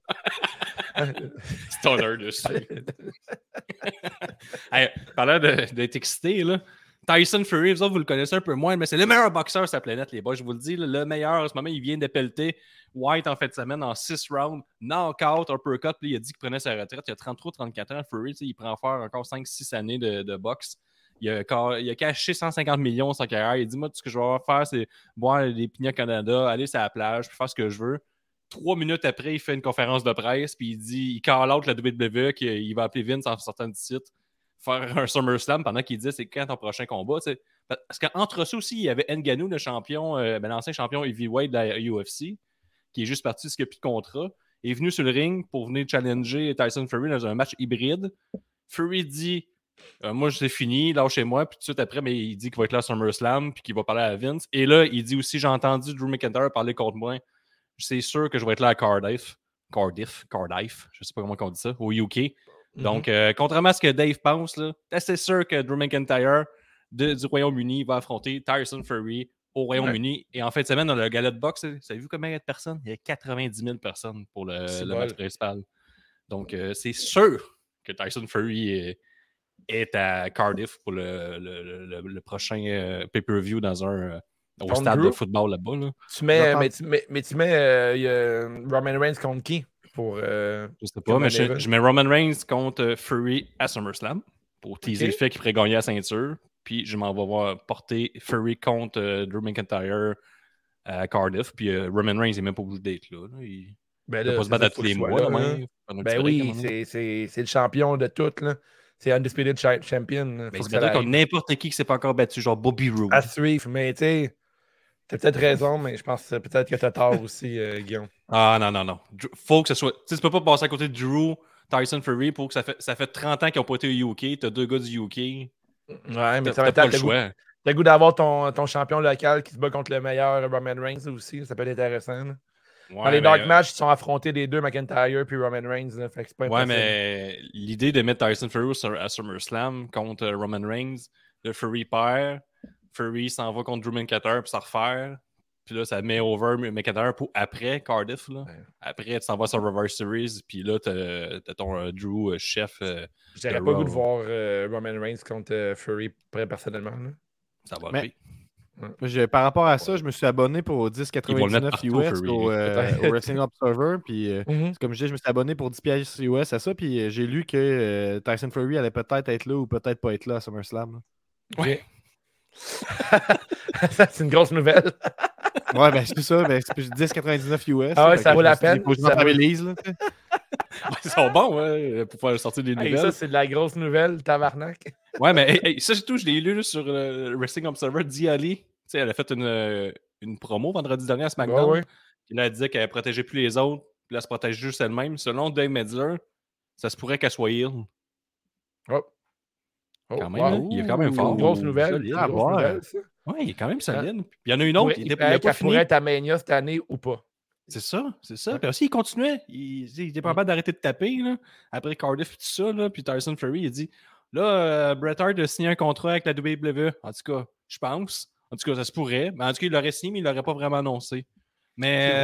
[SPEAKER 1] Stoner dessus. Hey, parlant de, d'être excité, là, Tyson Fury, vous autres, vous le connaissez un peu moins, mais c'est le meilleur boxeur sur la planète, les boys. Je vous le dis, là, le meilleur. En ce moment, il vient de pelleter White en fin de semaine en six rounds. Knockout, uppercut. Puis il a dit qu'il prenait sa retraite. Il a trente-trois trente-quatre ans. Fury, il prend faire encore cinq six années de, de boxe. Il a, il a caché cent cinquante millions sa carrière. Il dit, moi, tout ce que je vais faire, c'est boire des pignats Canada, aller sur la plage, puis faire ce que je veux. Trois minutes après, il fait une conférence de presse, puis il dit, il call out la W W E, qu'il va appeler Vince en sortant du site, faire un SummerSlam pendant qu'il dit, c'est quand ton prochain combat, t'sais. Parce qu'entre ça aussi, il y avait Ngannou, le champion, euh, ben, l'ancien champion heavyweight de la U F C, qui est juste parti parce qu'il n'y a plus de contrat, est venu sur le ring pour venir challenger Tyson Fury dans un match hybride. Fury dit, euh, moi, c'est fini, lâchez-moi, puis tout de suite après, mais il dit qu'il va être là à SummerSlam, puis qu'il va parler à Vince. Et là, il dit aussi, j'ai entendu Drew McIntyre parler contre moi. C'est sûr que je vais être là à Cardiff. Cardiff, Cardiff, je sais pas comment on dit ça, au U K. Mm-hmm. Donc, euh, contrairement à ce que Dave pense, là, c'est sûr que Drew McIntyre de, du Royaume-Uni va affronter Tyson Fury au Royaume-Uni. Ouais. Et en fin de semaine, dans le gala de boxe, savez-vous combien il y a de personnes? Il y a quatre-vingt-dix mille personnes pour le, le match principal. Donc, euh, c'est sûr que Tyson Fury est, est à Cardiff pour le, le, le, le prochain euh, pay-per-view dans un... Euh, au Tom stade Drew, de football là-bas. Là.
[SPEAKER 3] Tu mets, mais, tu mets, mais tu mets euh, Roman Reigns contre qui pour, euh,
[SPEAKER 1] je sais pas, mais je, je mets Roman Reigns contre Fury à SummerSlam pour teaser okay. le fait qu'il pourrait gagner la ceinture. Puis je m'en vais voir porter Fury contre euh, Drew McIntyre à Cardiff. Puis euh, Roman Reigns n'est même pas obligé d'être là. là. Il
[SPEAKER 3] ben
[SPEAKER 1] ne va pas se battre à tous les mois. Là, là.
[SPEAKER 3] Ben oui, c'est, c'est, c'est le champion de tout. Là. C'est Undisputed Champion.
[SPEAKER 1] Mais il se battrait contre n'importe qui qui ne s'est pas encore battu, genre Bobby Roode.
[SPEAKER 3] À suivre, mais tu sais. T'as peut-être raison, mais je pense que peut-être que t'as tort aussi, euh, Guillaume.
[SPEAKER 1] Ah non, non, non. Faut que ce soit. Tu sais, tu peux pas passer à côté de Drew, Tyson Fury pour que ça fait, ça fait trente ans qu'ils n'ont pas été au U K. T'as deux gars du U K.
[SPEAKER 3] Ouais, mais ça va être le choix. T'as le goût d'avoir ton, ton champion local qui se bat contre le meilleur Roman Reigns aussi. Ça peut être intéressant. Là. Ouais, dans les Dark mais... Match, ils sont affrontés les deux, McIntyre puis Roman Reigns. Là, fait que c'est pas
[SPEAKER 1] ouais, mais l'idée de mettre Tyson Fury à SummerSlam contre Roman Reigns, le Fury perd. Fury s'en va contre Drew McIntyre puis ça refaire. Puis là, ça met over McIntyre pour après Cardiff. Là. Ouais. Après, tu s'en vas sur Reverse Series. Puis là, t'as, t'as ton uh, Drew uh, chef. Uh,
[SPEAKER 3] J'aurais pas le goût de voir uh, Roman Reigns contre uh, Fury personnellement. Là.
[SPEAKER 1] Ça va
[SPEAKER 2] mais, ouais. Par rapport à ça, je me suis abonné pour dix quatre-vingt-dix-neuf U S Fury, au, euh, au Wrestling Observer. Puis, euh, mm-hmm. Comme je disais, je me suis abonné pour dix piastres U S à ça. Puis euh, j'ai lu que euh, Tyson Fury allait peut-être être là ou peut-être pas être là à SummerSlam. Là.
[SPEAKER 3] Ouais. C'est une grosse nouvelle.
[SPEAKER 2] Ouais, ben c'est ça. Ben, c'est dix quatre-vingt-dix-neuf U S.
[SPEAKER 3] Ah ouais, ça vaut la peine.
[SPEAKER 2] Faut que je m'en stabilise. Là,
[SPEAKER 1] ils sont bons ouais, pour pouvoir sortir des nouvelles.
[SPEAKER 3] Hey, ça, c'est de la grosse nouvelle, tabarnak.
[SPEAKER 1] Ouais, mais hey, hey, ça, c'est tout. Je l'ai lu là, sur le Wrestling Observer. Dia Ali, elle a fait une, une promo vendredi dernier à SmackDown. Ouais, ouais. Puis là, elle disait qu'elle ne protégeait plus les autres. Puis là, elle se protège juste elle-même. Selon Dave Meltzer, ça se pourrait qu'elle soit ill.
[SPEAKER 3] Oh.
[SPEAKER 1] Oh, quand même, wow. Il est quand même fort.
[SPEAKER 3] Grosse nouvelle. Solide,
[SPEAKER 2] ah,
[SPEAKER 3] grosse nouvelle ça.
[SPEAKER 1] Ouais, il est quand même solide. Puis il y en a une autre.
[SPEAKER 3] Il,
[SPEAKER 1] il,
[SPEAKER 3] il, il, il pourrait être à Mania cette année ou pas.
[SPEAKER 1] C'est ça, c'est ça. Ouais. Puis aussi, il continuait. Il, il était pas capable d'arrêter de taper. Là. Après Cardiff et tout ça, là, puis Tyson Fury, il dit là, euh, Bret Hart a signé un contrat avec la W W E. En tout cas, je pense. En tout cas, ça se pourrait. Mais en tout cas, il l'aurait signé, mais il ne l'aurait pas vraiment annoncé. Mais euh,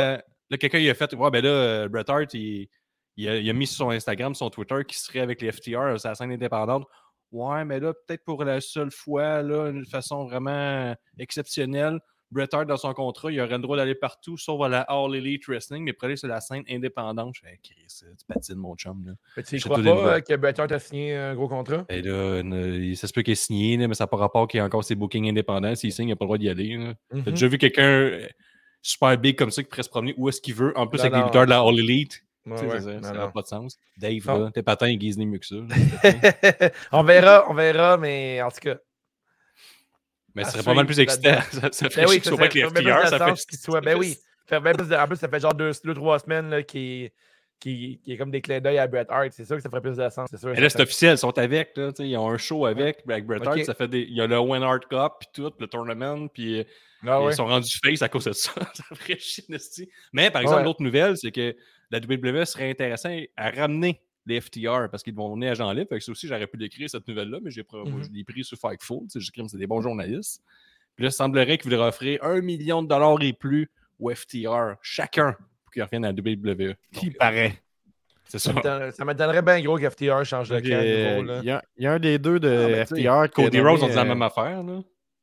[SPEAKER 1] Là, quelqu'un il a fait, ouais, ben là, euh, Bret Hart, il, il, a, il a mis sur son Instagram, son Twitter, qu'il serait avec les F T R, sa scène indépendante. Ouais, mais là, peut-être pour la seule fois, là, d'une façon vraiment exceptionnelle, Bret Hart, dans son contrat, il aurait le droit d'aller partout, sauf à la All Elite Wrestling, mais pour aller sur la scène indépendante. Je fais, hey, Chris, tu patines, mon chum. Là.
[SPEAKER 3] Mais tu ne crois pas que Bret Hart a signé un gros contrat?
[SPEAKER 1] Et là, ne, ça se peut qu'il ait signé, là, mais ça n'a pas rapport qu'il y ait encore ses bookings indépendants. S'il signe, il n'a pas le droit d'y aller. Mm-hmm. T'as déjà vu quelqu'un super big comme ça qui pourrait se promener où est-ce qu'il veut, en plus non, avec non, les lutteurs de la All Elite?
[SPEAKER 3] Ouais, ouais,
[SPEAKER 1] ça
[SPEAKER 3] n'a
[SPEAKER 1] pas de sens. Dave, là, tes patins, ils guisent mieux que ça.
[SPEAKER 3] on verra, on verra, mais en tout cas.
[SPEAKER 1] Mais ce serait pas mal plus excitant. Ça, ça ferait
[SPEAKER 3] ben oui,
[SPEAKER 1] que ce soit pas avec les F T R. Ça fait
[SPEAKER 3] qu'il soit. Ben oui. Ben plus de, en plus, ça fait genre deux, deux trois semaines là, qui, qui, qui est comme des clins d'œil à Bret Hart. C'est sûr que ça ferait plus de sens. C'est sûr.
[SPEAKER 1] Et là, c'est officiel. Ils sont avec. Là, ils ont un show avec, ouais. avec Bret Hart. Okay. Ça fait des, il y a le Owen Hart Cup, puis tout, le tournament. Puis ah, ils ouais. sont rendus face à cause de ça. Ça ferait chier. Mais par exemple, ouais. l'autre nouvelle, c'est que la W W E serait intéressant à ramener les F T R parce qu'ils vont venir à Jean Libre. Fait que ça aussi, j'aurais pu l'écrire cette nouvelle-là, mais j'ai mm-hmm. moi, je l'ai pris sur Fightful. J'écris, c'est des bons journalistes. Puis là, il semblerait qu'ils voudraient offrir un million de dollars et plus aux F T R, chacun, pour qu'ils reviennent à la W W E.
[SPEAKER 2] Qui paraît.
[SPEAKER 1] C'est ça.
[SPEAKER 3] Ça m'étonnerait bien gros que F T R change de camp.
[SPEAKER 2] Il y, y a un des deux de ah, F T R.
[SPEAKER 1] Cody Rhodes, on dit la même affaire. Là.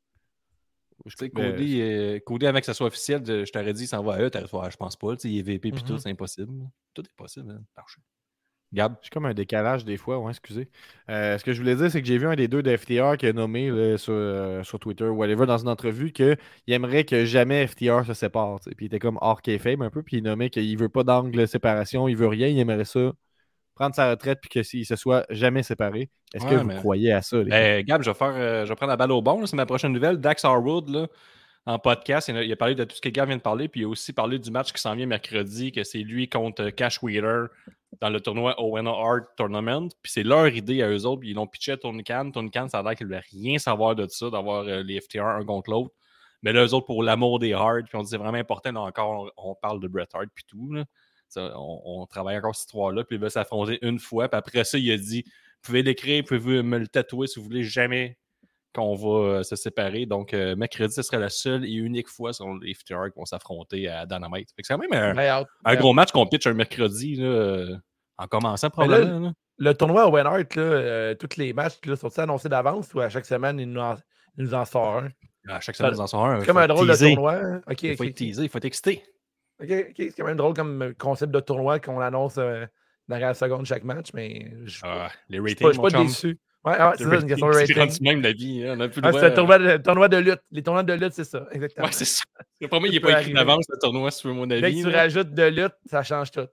[SPEAKER 1] Je sais, Cody, euh, Cody, avant que ça soit officiel, je t'aurais dit, il s'en va à eux. Je pense pas. Il est V P et mm-hmm. tout, c'est impossible. Tout est possible. Hein. Marche.
[SPEAKER 2] Gab. J'ai comme un décalage des fois, ouais, excusez. Euh, ce que je voulais dire, c'est que j'ai vu un des deux de F T R qui a nommé là, sur, euh, sur Twitter ou whatever dans une entrevue qu'il aimerait que jamais F T R se sépare. T'sais. Puis il était comme hors kayfabe un peu, puis il nommait qu'il veut pas d'angle de séparation, il veut rien, il aimerait ça prendre sa retraite puis qu'il se soit jamais séparé. Est-ce ouais, que vous mais... croyez à ça? Les
[SPEAKER 1] ben, Gab, je vais, faire, euh, je vais prendre la balle au bon, là, c'est ma prochaine nouvelle. Dax Harwood, là, en podcast, il a, il a parlé de tout ce que Gab vient de parler, puis il a aussi parlé du match qui s'en vient mercredi, que c'est lui contre Cash Wheeler dans le tournoi Owen Hart Tournament. Puis c'est leur idée à eux autres, puis ils l'ont pitché à Tony Khan. Tony Khan, ça a l'air qu'ils ne voulaient rien savoir de ça, d'avoir euh, les F T R un contre l'autre. Mais là, eux autres, pour l'amour des Hart, puis on dit c'est vraiment important, là, encore, on, on parle de Bret Hart, puis tout. Là. Ça, on, on travaille encore cette histoire-là, puis il va s'affronter une fois, puis après ça, il a dit vous pouvez l'écrire, vous pouvez me le tatouer si vous voulez, jamais qu'on va euh, se séparer. Donc, euh, mercredi, ce serait la seule et unique fois selon les F T R qui vont s'affronter à Dynamite. Fait que c'est quand même un, ben, un gros match qu'on pitch un mercredi, là, euh, en commençant probablement.
[SPEAKER 3] Là,
[SPEAKER 1] là.
[SPEAKER 3] Le tournoi Owen Hart, là, euh, tous les matchs là, sont-ils annoncés d'avance ou à chaque semaine, il nous en, il nous en sort un?
[SPEAKER 1] À chaque semaine, il nous en sort un.
[SPEAKER 3] C'est comme un drôle teaser. De tournoi. Hein? Okay,
[SPEAKER 1] il faut
[SPEAKER 3] okay.
[SPEAKER 1] être teasé, il faut être excité.
[SPEAKER 3] OK, OK. C'est quand même drôle comme concept de tournoi qu'on annonce euh, dans la seconde chaque match, mais je
[SPEAKER 1] ah, les ratings,
[SPEAKER 3] je suis pas, pas déçu. Ouais, ouais c'est ça, une question de rating.
[SPEAKER 1] C'est rendu même la vie. Hein, on a plus
[SPEAKER 3] ah,
[SPEAKER 1] droit,
[SPEAKER 3] c'est un tournoi de, tournoi de lutte. Les tournois de lutte, c'est ça, exactement.
[SPEAKER 1] Ouais, c'est ça. Le premier, il n'est pas écrit d'avance, le tournoi, si tu veux mon avis.
[SPEAKER 3] Dès que tu là. rajoutes de lutte, ça change tout.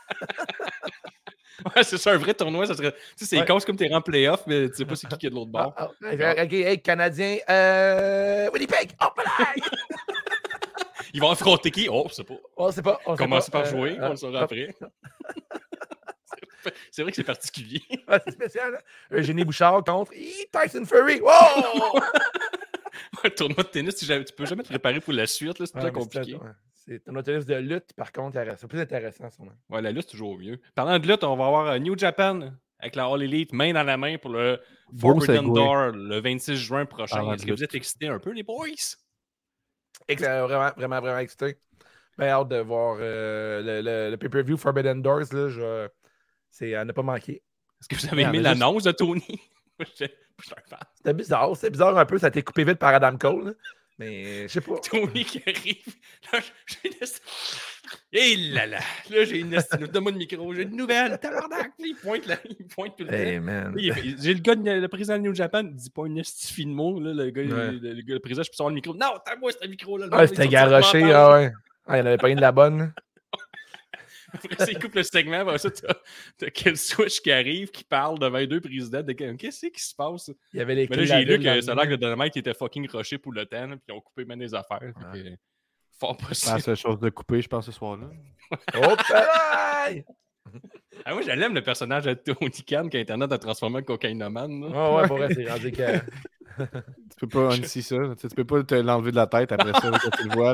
[SPEAKER 1] Ouais, c'est ça, un vrai tournoi, ça serait. Tu sais, c'est ouais. cause comme t'es en playoff, mais tu sais pas c'est qui qui est de l'autre bord.
[SPEAKER 3] Ah, ah, ok, hey, Canadien, euh... Winnipeg, hop là!
[SPEAKER 1] Ils vont affronter qui? Oh, c'est pas.
[SPEAKER 3] On sait pas. On
[SPEAKER 1] Commence
[SPEAKER 3] pas.
[SPEAKER 1] par jouer,
[SPEAKER 3] euh,
[SPEAKER 1] on le saura après. C'est vrai que c'est particulier.
[SPEAKER 3] Ouais, c'est spécial. Hein? Eugénie Bouchard contre Tyson Fury. Wow!
[SPEAKER 1] Un tournoi de tennis, tu, tu peux jamais te préparer pour la suite, là, c'est ouais, très compliqué.
[SPEAKER 3] Ouais. C'est un tournoi de tennis de lutte, par contre, c'est plus intéressant, sûrement.
[SPEAKER 1] Ouais, la lutte, c'est toujours mieux. Parlant de lutte, on va avoir New Japan avec la All Elite, main dans la main pour le Forbidden Door le vingt-six juin prochain. Ah, est-ce que vous êtes excités un peu, les boys?
[SPEAKER 3] Excellent, vraiment, vraiment, vraiment excité. Bien hâte de voir euh, le, le, le pay-per-view Forbidden Doors. Là, je, c'est à ne pas manquer.
[SPEAKER 1] Est-ce que vous avez aimé l'annonce juste... de Tony?
[SPEAKER 3] C'était bizarre. C'était bizarre un peu. Ça a été coupé vite par Adam Cole. Là. Mais je sais pas.
[SPEAKER 1] Tony qui arrive. Là, j'ai une... Et là là. Là, j'ai une estime. Donne-moi le micro. J'ai une nouvelle. Tabarnak. Il pointe là. Il pointe tout le
[SPEAKER 3] hey,
[SPEAKER 1] temps.
[SPEAKER 3] Man.
[SPEAKER 1] Là, fait... J'ai le gars, le président de New Japan, il dit pas une estifie de mots. Là, le, gars, ouais. le, le, le président, je peux savoir le micro. Non, t'as moi, c'est un micro. Là.
[SPEAKER 3] Ah, c'était garoché. Ah ouais. Ah, il n'avait pas une de la bonne.
[SPEAKER 1] Après ça, il coupe le segment. Après ça, t'as, t'as Kel Switch qui arrive, qui parle devant deux présidents. De... Qu'est-ce qui se passe?
[SPEAKER 3] Il y avait les
[SPEAKER 1] Mais là, j'ai lu que ça a l'air que le Dynamite était fucking rushé pour le temps, puis ils ont coupé même les affaires. Ah. Que... Fort possible.
[SPEAKER 2] C'est la seule chose de couper, je pense, ce soir-là.
[SPEAKER 3] Hop!
[SPEAKER 1] Ah, moi, j'aime le personnage de Tony Khan qui Internet a transformé en cocaïnomane.
[SPEAKER 3] Ah ouais, pour vrai, c'est rendu que.
[SPEAKER 2] Tu peux pas unsee ça. Tu peux pas te l'enlever de la tête après ça quand tu le vois. Là.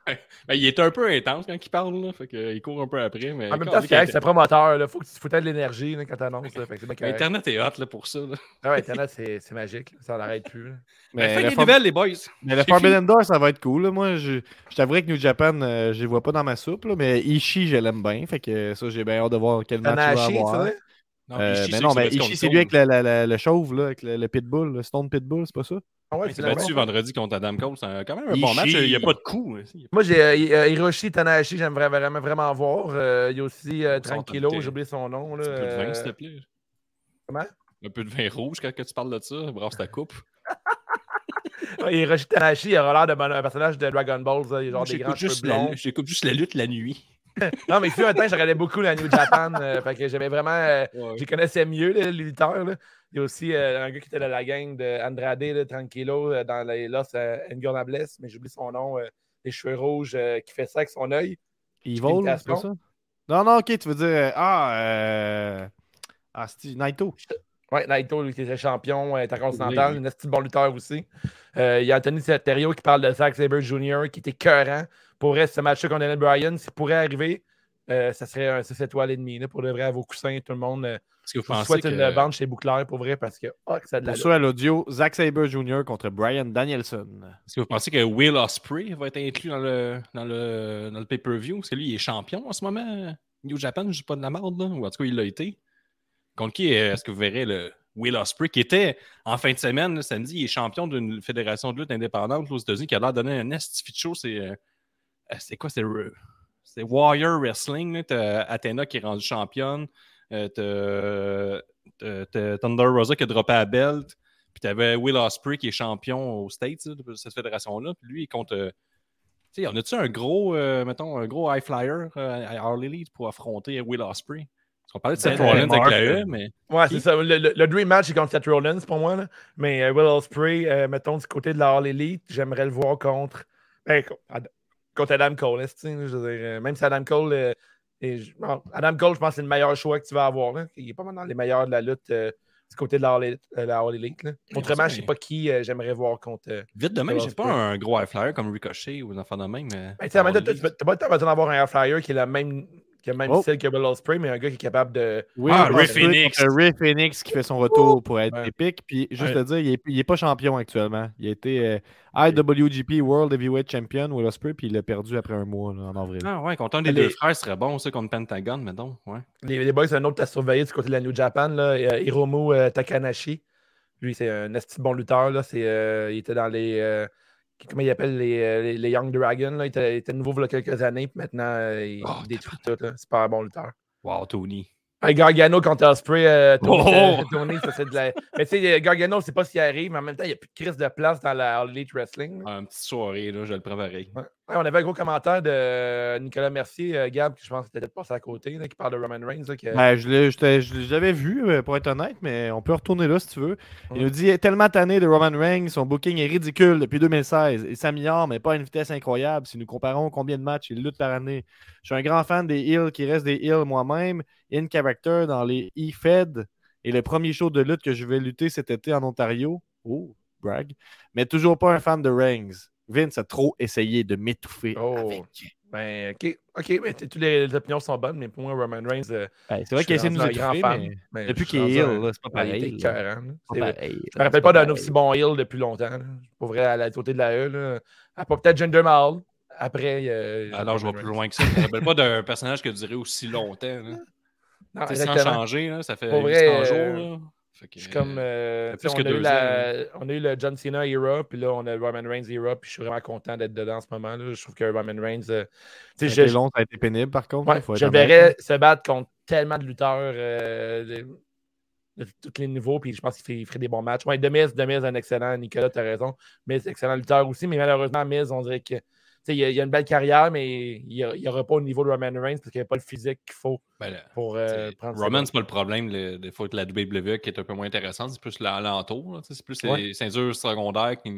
[SPEAKER 1] Ben, il est un peu intense quand il parle, là. Fait qu'il court un peu après. Mais
[SPEAKER 3] En même temps, c'est correct, c'est promoteur. Il faut que tu foutes de l'énergie là, quand tu annonces.
[SPEAKER 1] Internet est hot là, pour ça. Là.
[SPEAKER 3] Ah ouais, Internet, c'est, c'est magique. Là. Ça n'arrête plus. Là.
[SPEAKER 1] Mais ben, faites des For... nouvelles, les boys.
[SPEAKER 2] Mais le Forbidden Door, ça va être cool. Là. Moi, je, je t'avouerais que New Japan, euh, je les vois pas dans ma soupe. Là, mais Ishii, je l'aime bien. Fait que ça, j'ai bien hâte de voir quel match il va avoir. Non, euh, Ishii, mais non, mais Ishii, c'est lui avec le, le, le, le chauve, là, avec le, le Pitbull, le Stone Pitbull, c'est pas ça?
[SPEAKER 1] Ah ouais, il s'est battu vendredi contre Adam Cole. C'est quand même un Ishii. Bon match. Il n'y a pas de coup.
[SPEAKER 3] Moi, j'ai euh, Hiroshi Tanahashi, j'aimerais vraiment, vraiment voir. Euh, il y a aussi euh, Tranquilo, j'ai oublié son nom. Là,
[SPEAKER 1] un peu de vin, s'il te plaît.
[SPEAKER 3] Comment?
[SPEAKER 1] Un peu de vin rouge quand tu parles de ça. Brasse ta coupe.
[SPEAKER 3] Ouais, Hiroshi Tanahashi, il a l'air d'un personnage de Dragon Ball. Ça, il a genre des grands cheveux blonds.
[SPEAKER 1] J'écoute juste la lutte la nuit.
[SPEAKER 3] Non, mais fut un temps, je regardais beaucoup la New Japan. Euh, fait que j'aimais vraiment. Euh, ouais. Je connaissais mieux là, les lutteurs. Là. Il y a aussi euh, un gars qui était dans la gang de Andrade, là, Tranquilo, euh, dans les Los euh, Ingobernables, mais j'oublie son nom. Euh, les cheveux rouges euh, qui fait ça avec son œil.
[SPEAKER 2] Evil, c'est ça? Non, non, ok, tu veux dire. Ah, euh... ah c'est Naito.
[SPEAKER 3] Ouais, Naito, lui qui était champion euh, intercontinental, un petit bon lutteur aussi. Euh, il y a Anthony Terrio qui parle de Zack Sabre junior qui était écœurant. Pour vrai, ce match-là contre Daniel Bryan, s'il pourrait arriver, euh, ça serait un six étoiles et demi. Là, pour de vrai, à vos coussins, tout le monde. Euh,
[SPEAKER 1] Est-ce que vous
[SPEAKER 3] je
[SPEAKER 1] pensez
[SPEAKER 3] souhaite
[SPEAKER 1] que...
[SPEAKER 3] une bande chez Bouclair pour vrai parce que oh, que ça a de la
[SPEAKER 2] Pour ceux à l'audio, Zack Sabre junior contre Bryan Danielson.
[SPEAKER 1] Est-ce que vous pensez que Will Ospreay va être inclus dans le, dans le, dans le pay-per-view? Parce que lui, il est champion en ce moment. New Japan, je dis pas de la merde, là. Ou en tout cas, il l'a été. Contre qui est-ce que vous verrez le Will Ospreay, qui était en fin de semaine, là, samedi, il est champion d'une fédération de lutte indépendante là, aux États-Unis, qui a l'air de donner un esti show. C'est, euh, c'est quoi? C'est, c'est Warrior Wrestling. Là. T'as Athena qui est rendue championne. Euh, t'as, t'as, t'as Thunder Rosa qui a droppé à belt. Puis t'avais Will Ospreay qui est champion aux States là, de cette fédération-là. Puis lui, il compte... Euh, tu sais, on a-tu un gros, euh, mettons, un gros high flyer euh, à All Elite pour affronter Will Ospreay? On parlait de Seth Rollins avec la E, mais...
[SPEAKER 3] Ouais, c'est ça. Le, le, le dream match, c'est contre Seth Rollins, pour moi. Là. Mais euh, Will Ospreay, euh, mettons, du côté de la All Elite, j'aimerais le voir contre... Ben, contre Adam Cole. Je veux dire, euh, même si Adam Cole... Euh, est, bon, Adam Cole, je pense que c'est le meilleur choix que tu vas avoir. Là. Il est pas mal dans les meilleurs de la lutte euh, du côté de la All Elite. Euh, la All Elite là. Autrement, je sais pas qui euh, j'aimerais voir contre... Euh,
[SPEAKER 1] Vite de même, j'ai pas un gros high flyer comme Ricochet ou des enfants de même. Mais...
[SPEAKER 3] Ben, tu sais, tu n'as pas le temps d'avoir un high flyer qui est la même... qui a le même oh. style que Will Ospreay, mais un gars qui est capable de...
[SPEAKER 2] Oui, ah, Ray Phoenix. Ray Phoenix qui fait son retour oh. pour être ouais. épique. Puis juste ouais. te dire, il n'est il est pas champion actuellement. Il a été euh, I W G P World Heavyweight Champion, Will Ospreay, puis il l'a perdu après un mois là, en avril.
[SPEAKER 1] Ah ouais, contre un des les... deux frères, ce serait bon ça contre Pentagon, mettons. Ouais.
[SPEAKER 3] Les, les boys, c'est un autre à surveiller du côté de la New Japan, là, Hiromu euh, Takanashi. Lui, c'est un esti bon lutteur. Là. C'est, euh, il était dans les... Euh, comment il appelle les, les, les Young Dragons. Là. Il, était, il était nouveau il y a quelques années, puis maintenant, euh, il oh, détruit tout. Là. C'est pas un bon lutteur.
[SPEAKER 1] Wow, Tony.
[SPEAKER 3] Un Gargano contre Ospreay, euh, Tony, oh! euh, Tony, ça c'est de la... Mais tu sais, Gargano, c'est pas ce qui arrive, mais en même temps, il n'y a plus de crise de place dans la All Elite Wrestling.
[SPEAKER 1] Ah, une petite soirée, là, je le préparais.
[SPEAKER 3] Ouais. Ouais, on avait un gros commentaire de Nicolas Mercier, euh, Gab, qui je pense que c'était peut-être passé à côté, là, qui parle de Roman Reigns. Là, qui...
[SPEAKER 2] ben, je, l'ai, je, je l'avais vu, pour être honnête, mais on peut retourner là si tu veux. Il ouais. nous dit tellement tanné de Roman Reigns, son booking est ridicule depuis deux mille seize. Il s'améliore, mais pas à une vitesse incroyable. Si nous comparons combien de matchs il lutte par année. Je suis un grand fan des heels qui restent des heels moi-même, in character dans les E-Fed. Et le premier show de lutte que je vais lutter cet été en Ontario. Oh, brag. Mais toujours pas un fan de Reigns. Vince a trop essayé de m'étouffer
[SPEAKER 3] oh. avec. Ben, ok, ok, mais toutes les, les opinions sont bonnes, mais pour moi, Roman Reigns. Euh,
[SPEAKER 2] ben, c'est vrai qu'il essaie de nous étouffer, mais, mais depuis qu'il est heel, c'est pas pareil.
[SPEAKER 3] Il je me rappelle pas d'un aussi bon heel depuis longtemps. Là. Pour vrai, à la côté de la E. Là. À pas peut-être Jinder Mahal. Après. Euh,
[SPEAKER 1] Alors, je vais plus loin que ça. Je me rappelle pas d'un personnage qui a duré aussi longtemps. Là. Non, sans changer, là, ça fait cent jours. Là.
[SPEAKER 3] Que, je suis comme. Euh, on, a eu la, on a eu le John Cena era, puis là, on a le Roman Reigns era, puis je suis vraiment content d'être dedans en ce moment. Là. Je trouve que Roman Reigns. Euh,
[SPEAKER 2] ça a été long, ça a été pénible par contre.
[SPEAKER 3] Ouais, je verrais se battre contre tellement de lutteurs euh, de, de tous les niveaux, puis je pense qu'il ferait, ferait des bons matchs. Ouais, Demise, Demise, un excellent. Nicolas, tu as raison. Miz, excellent lutteur aussi, mais malheureusement, Miz, on dirait que. Il y, a, il y a une belle carrière, mais il n'y aura pas au niveau de Roman Reigns parce qu'il n'y a pas le physique qu'il faut
[SPEAKER 1] ben là,
[SPEAKER 3] pour euh, prendre
[SPEAKER 1] Roman, c'est pas le problème. Le, des fois, la W W E qui est un peu moins intéressante, c'est plus l'alentour. C'est plus ouais. les ceintures secondaires qui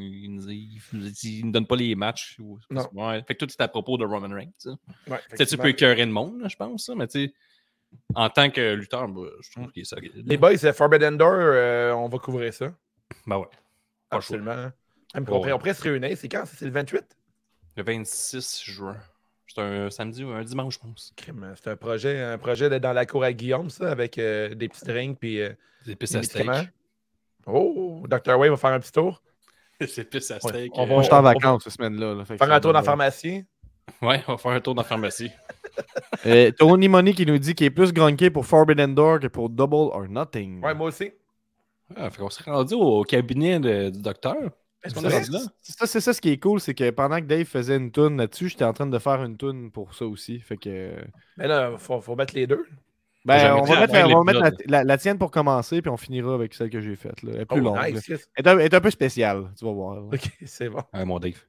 [SPEAKER 1] ne donnent pas les matchs.
[SPEAKER 3] Non.
[SPEAKER 1] Ouais. Fait que tout est à propos de Roman Reigns.
[SPEAKER 3] Ouais,
[SPEAKER 1] tu peux écœurer le monde, je pense, ça, mais tu sais, en tant que lutteur, bah, je trouve qu'il est solide.
[SPEAKER 3] Les boys, c'est Forbidden Door, euh, on va couvrir ça.
[SPEAKER 1] Ben ouais.
[SPEAKER 3] Absolument. Même oh, on, pourrait, on pourrait se réunir. C'est quand? C'est le vingt-huit?
[SPEAKER 1] Le vingt-six juin. C'est un samedi ou un dimanche, je pense.
[SPEAKER 3] C'est un projet, un projet de, dans la cour à Guillaume, ça, avec euh, des petits drinks puis euh,
[SPEAKER 1] des épices
[SPEAKER 3] des
[SPEAKER 1] à steak.
[SPEAKER 3] Oh, docteur Wave va faire un petit tour.
[SPEAKER 1] Des épices à steak.
[SPEAKER 3] On, on va,
[SPEAKER 2] Moi, je suis en
[SPEAKER 3] on,
[SPEAKER 2] vacances cette semaine-là. Là,
[SPEAKER 3] faire un tour dans la pharmacie.
[SPEAKER 1] Ouais, on va faire un tour dans la pharmacie.
[SPEAKER 2] euh, Tony Money qui nous dit qu'il est plus grunqué pour Forbidden Door que pour Double or Nothing.
[SPEAKER 3] Ouais, moi aussi.
[SPEAKER 1] Ah, fait qu'on s'est rendu au cabinet de, du docteur.
[SPEAKER 2] C'est ça, ça, c'est ça ce qui est cool, c'est que pendant que Dave faisait une toune là-dessus, j'étais en train de faire une toune pour ça aussi. Fait que...
[SPEAKER 3] Mais là, il faut, faut mettre les deux.
[SPEAKER 2] Ben, on va mettre, la, on va mettre la, la, la tienne pour commencer, puis on finira avec celle que j'ai faite. Là. Elle est plus
[SPEAKER 3] oh,
[SPEAKER 2] longue.
[SPEAKER 3] Nice, yes.
[SPEAKER 2] Elle, est un, elle est un peu spéciale, tu vas voir. Là.
[SPEAKER 3] Ok, c'est bon.
[SPEAKER 1] Ouais, mon Dave.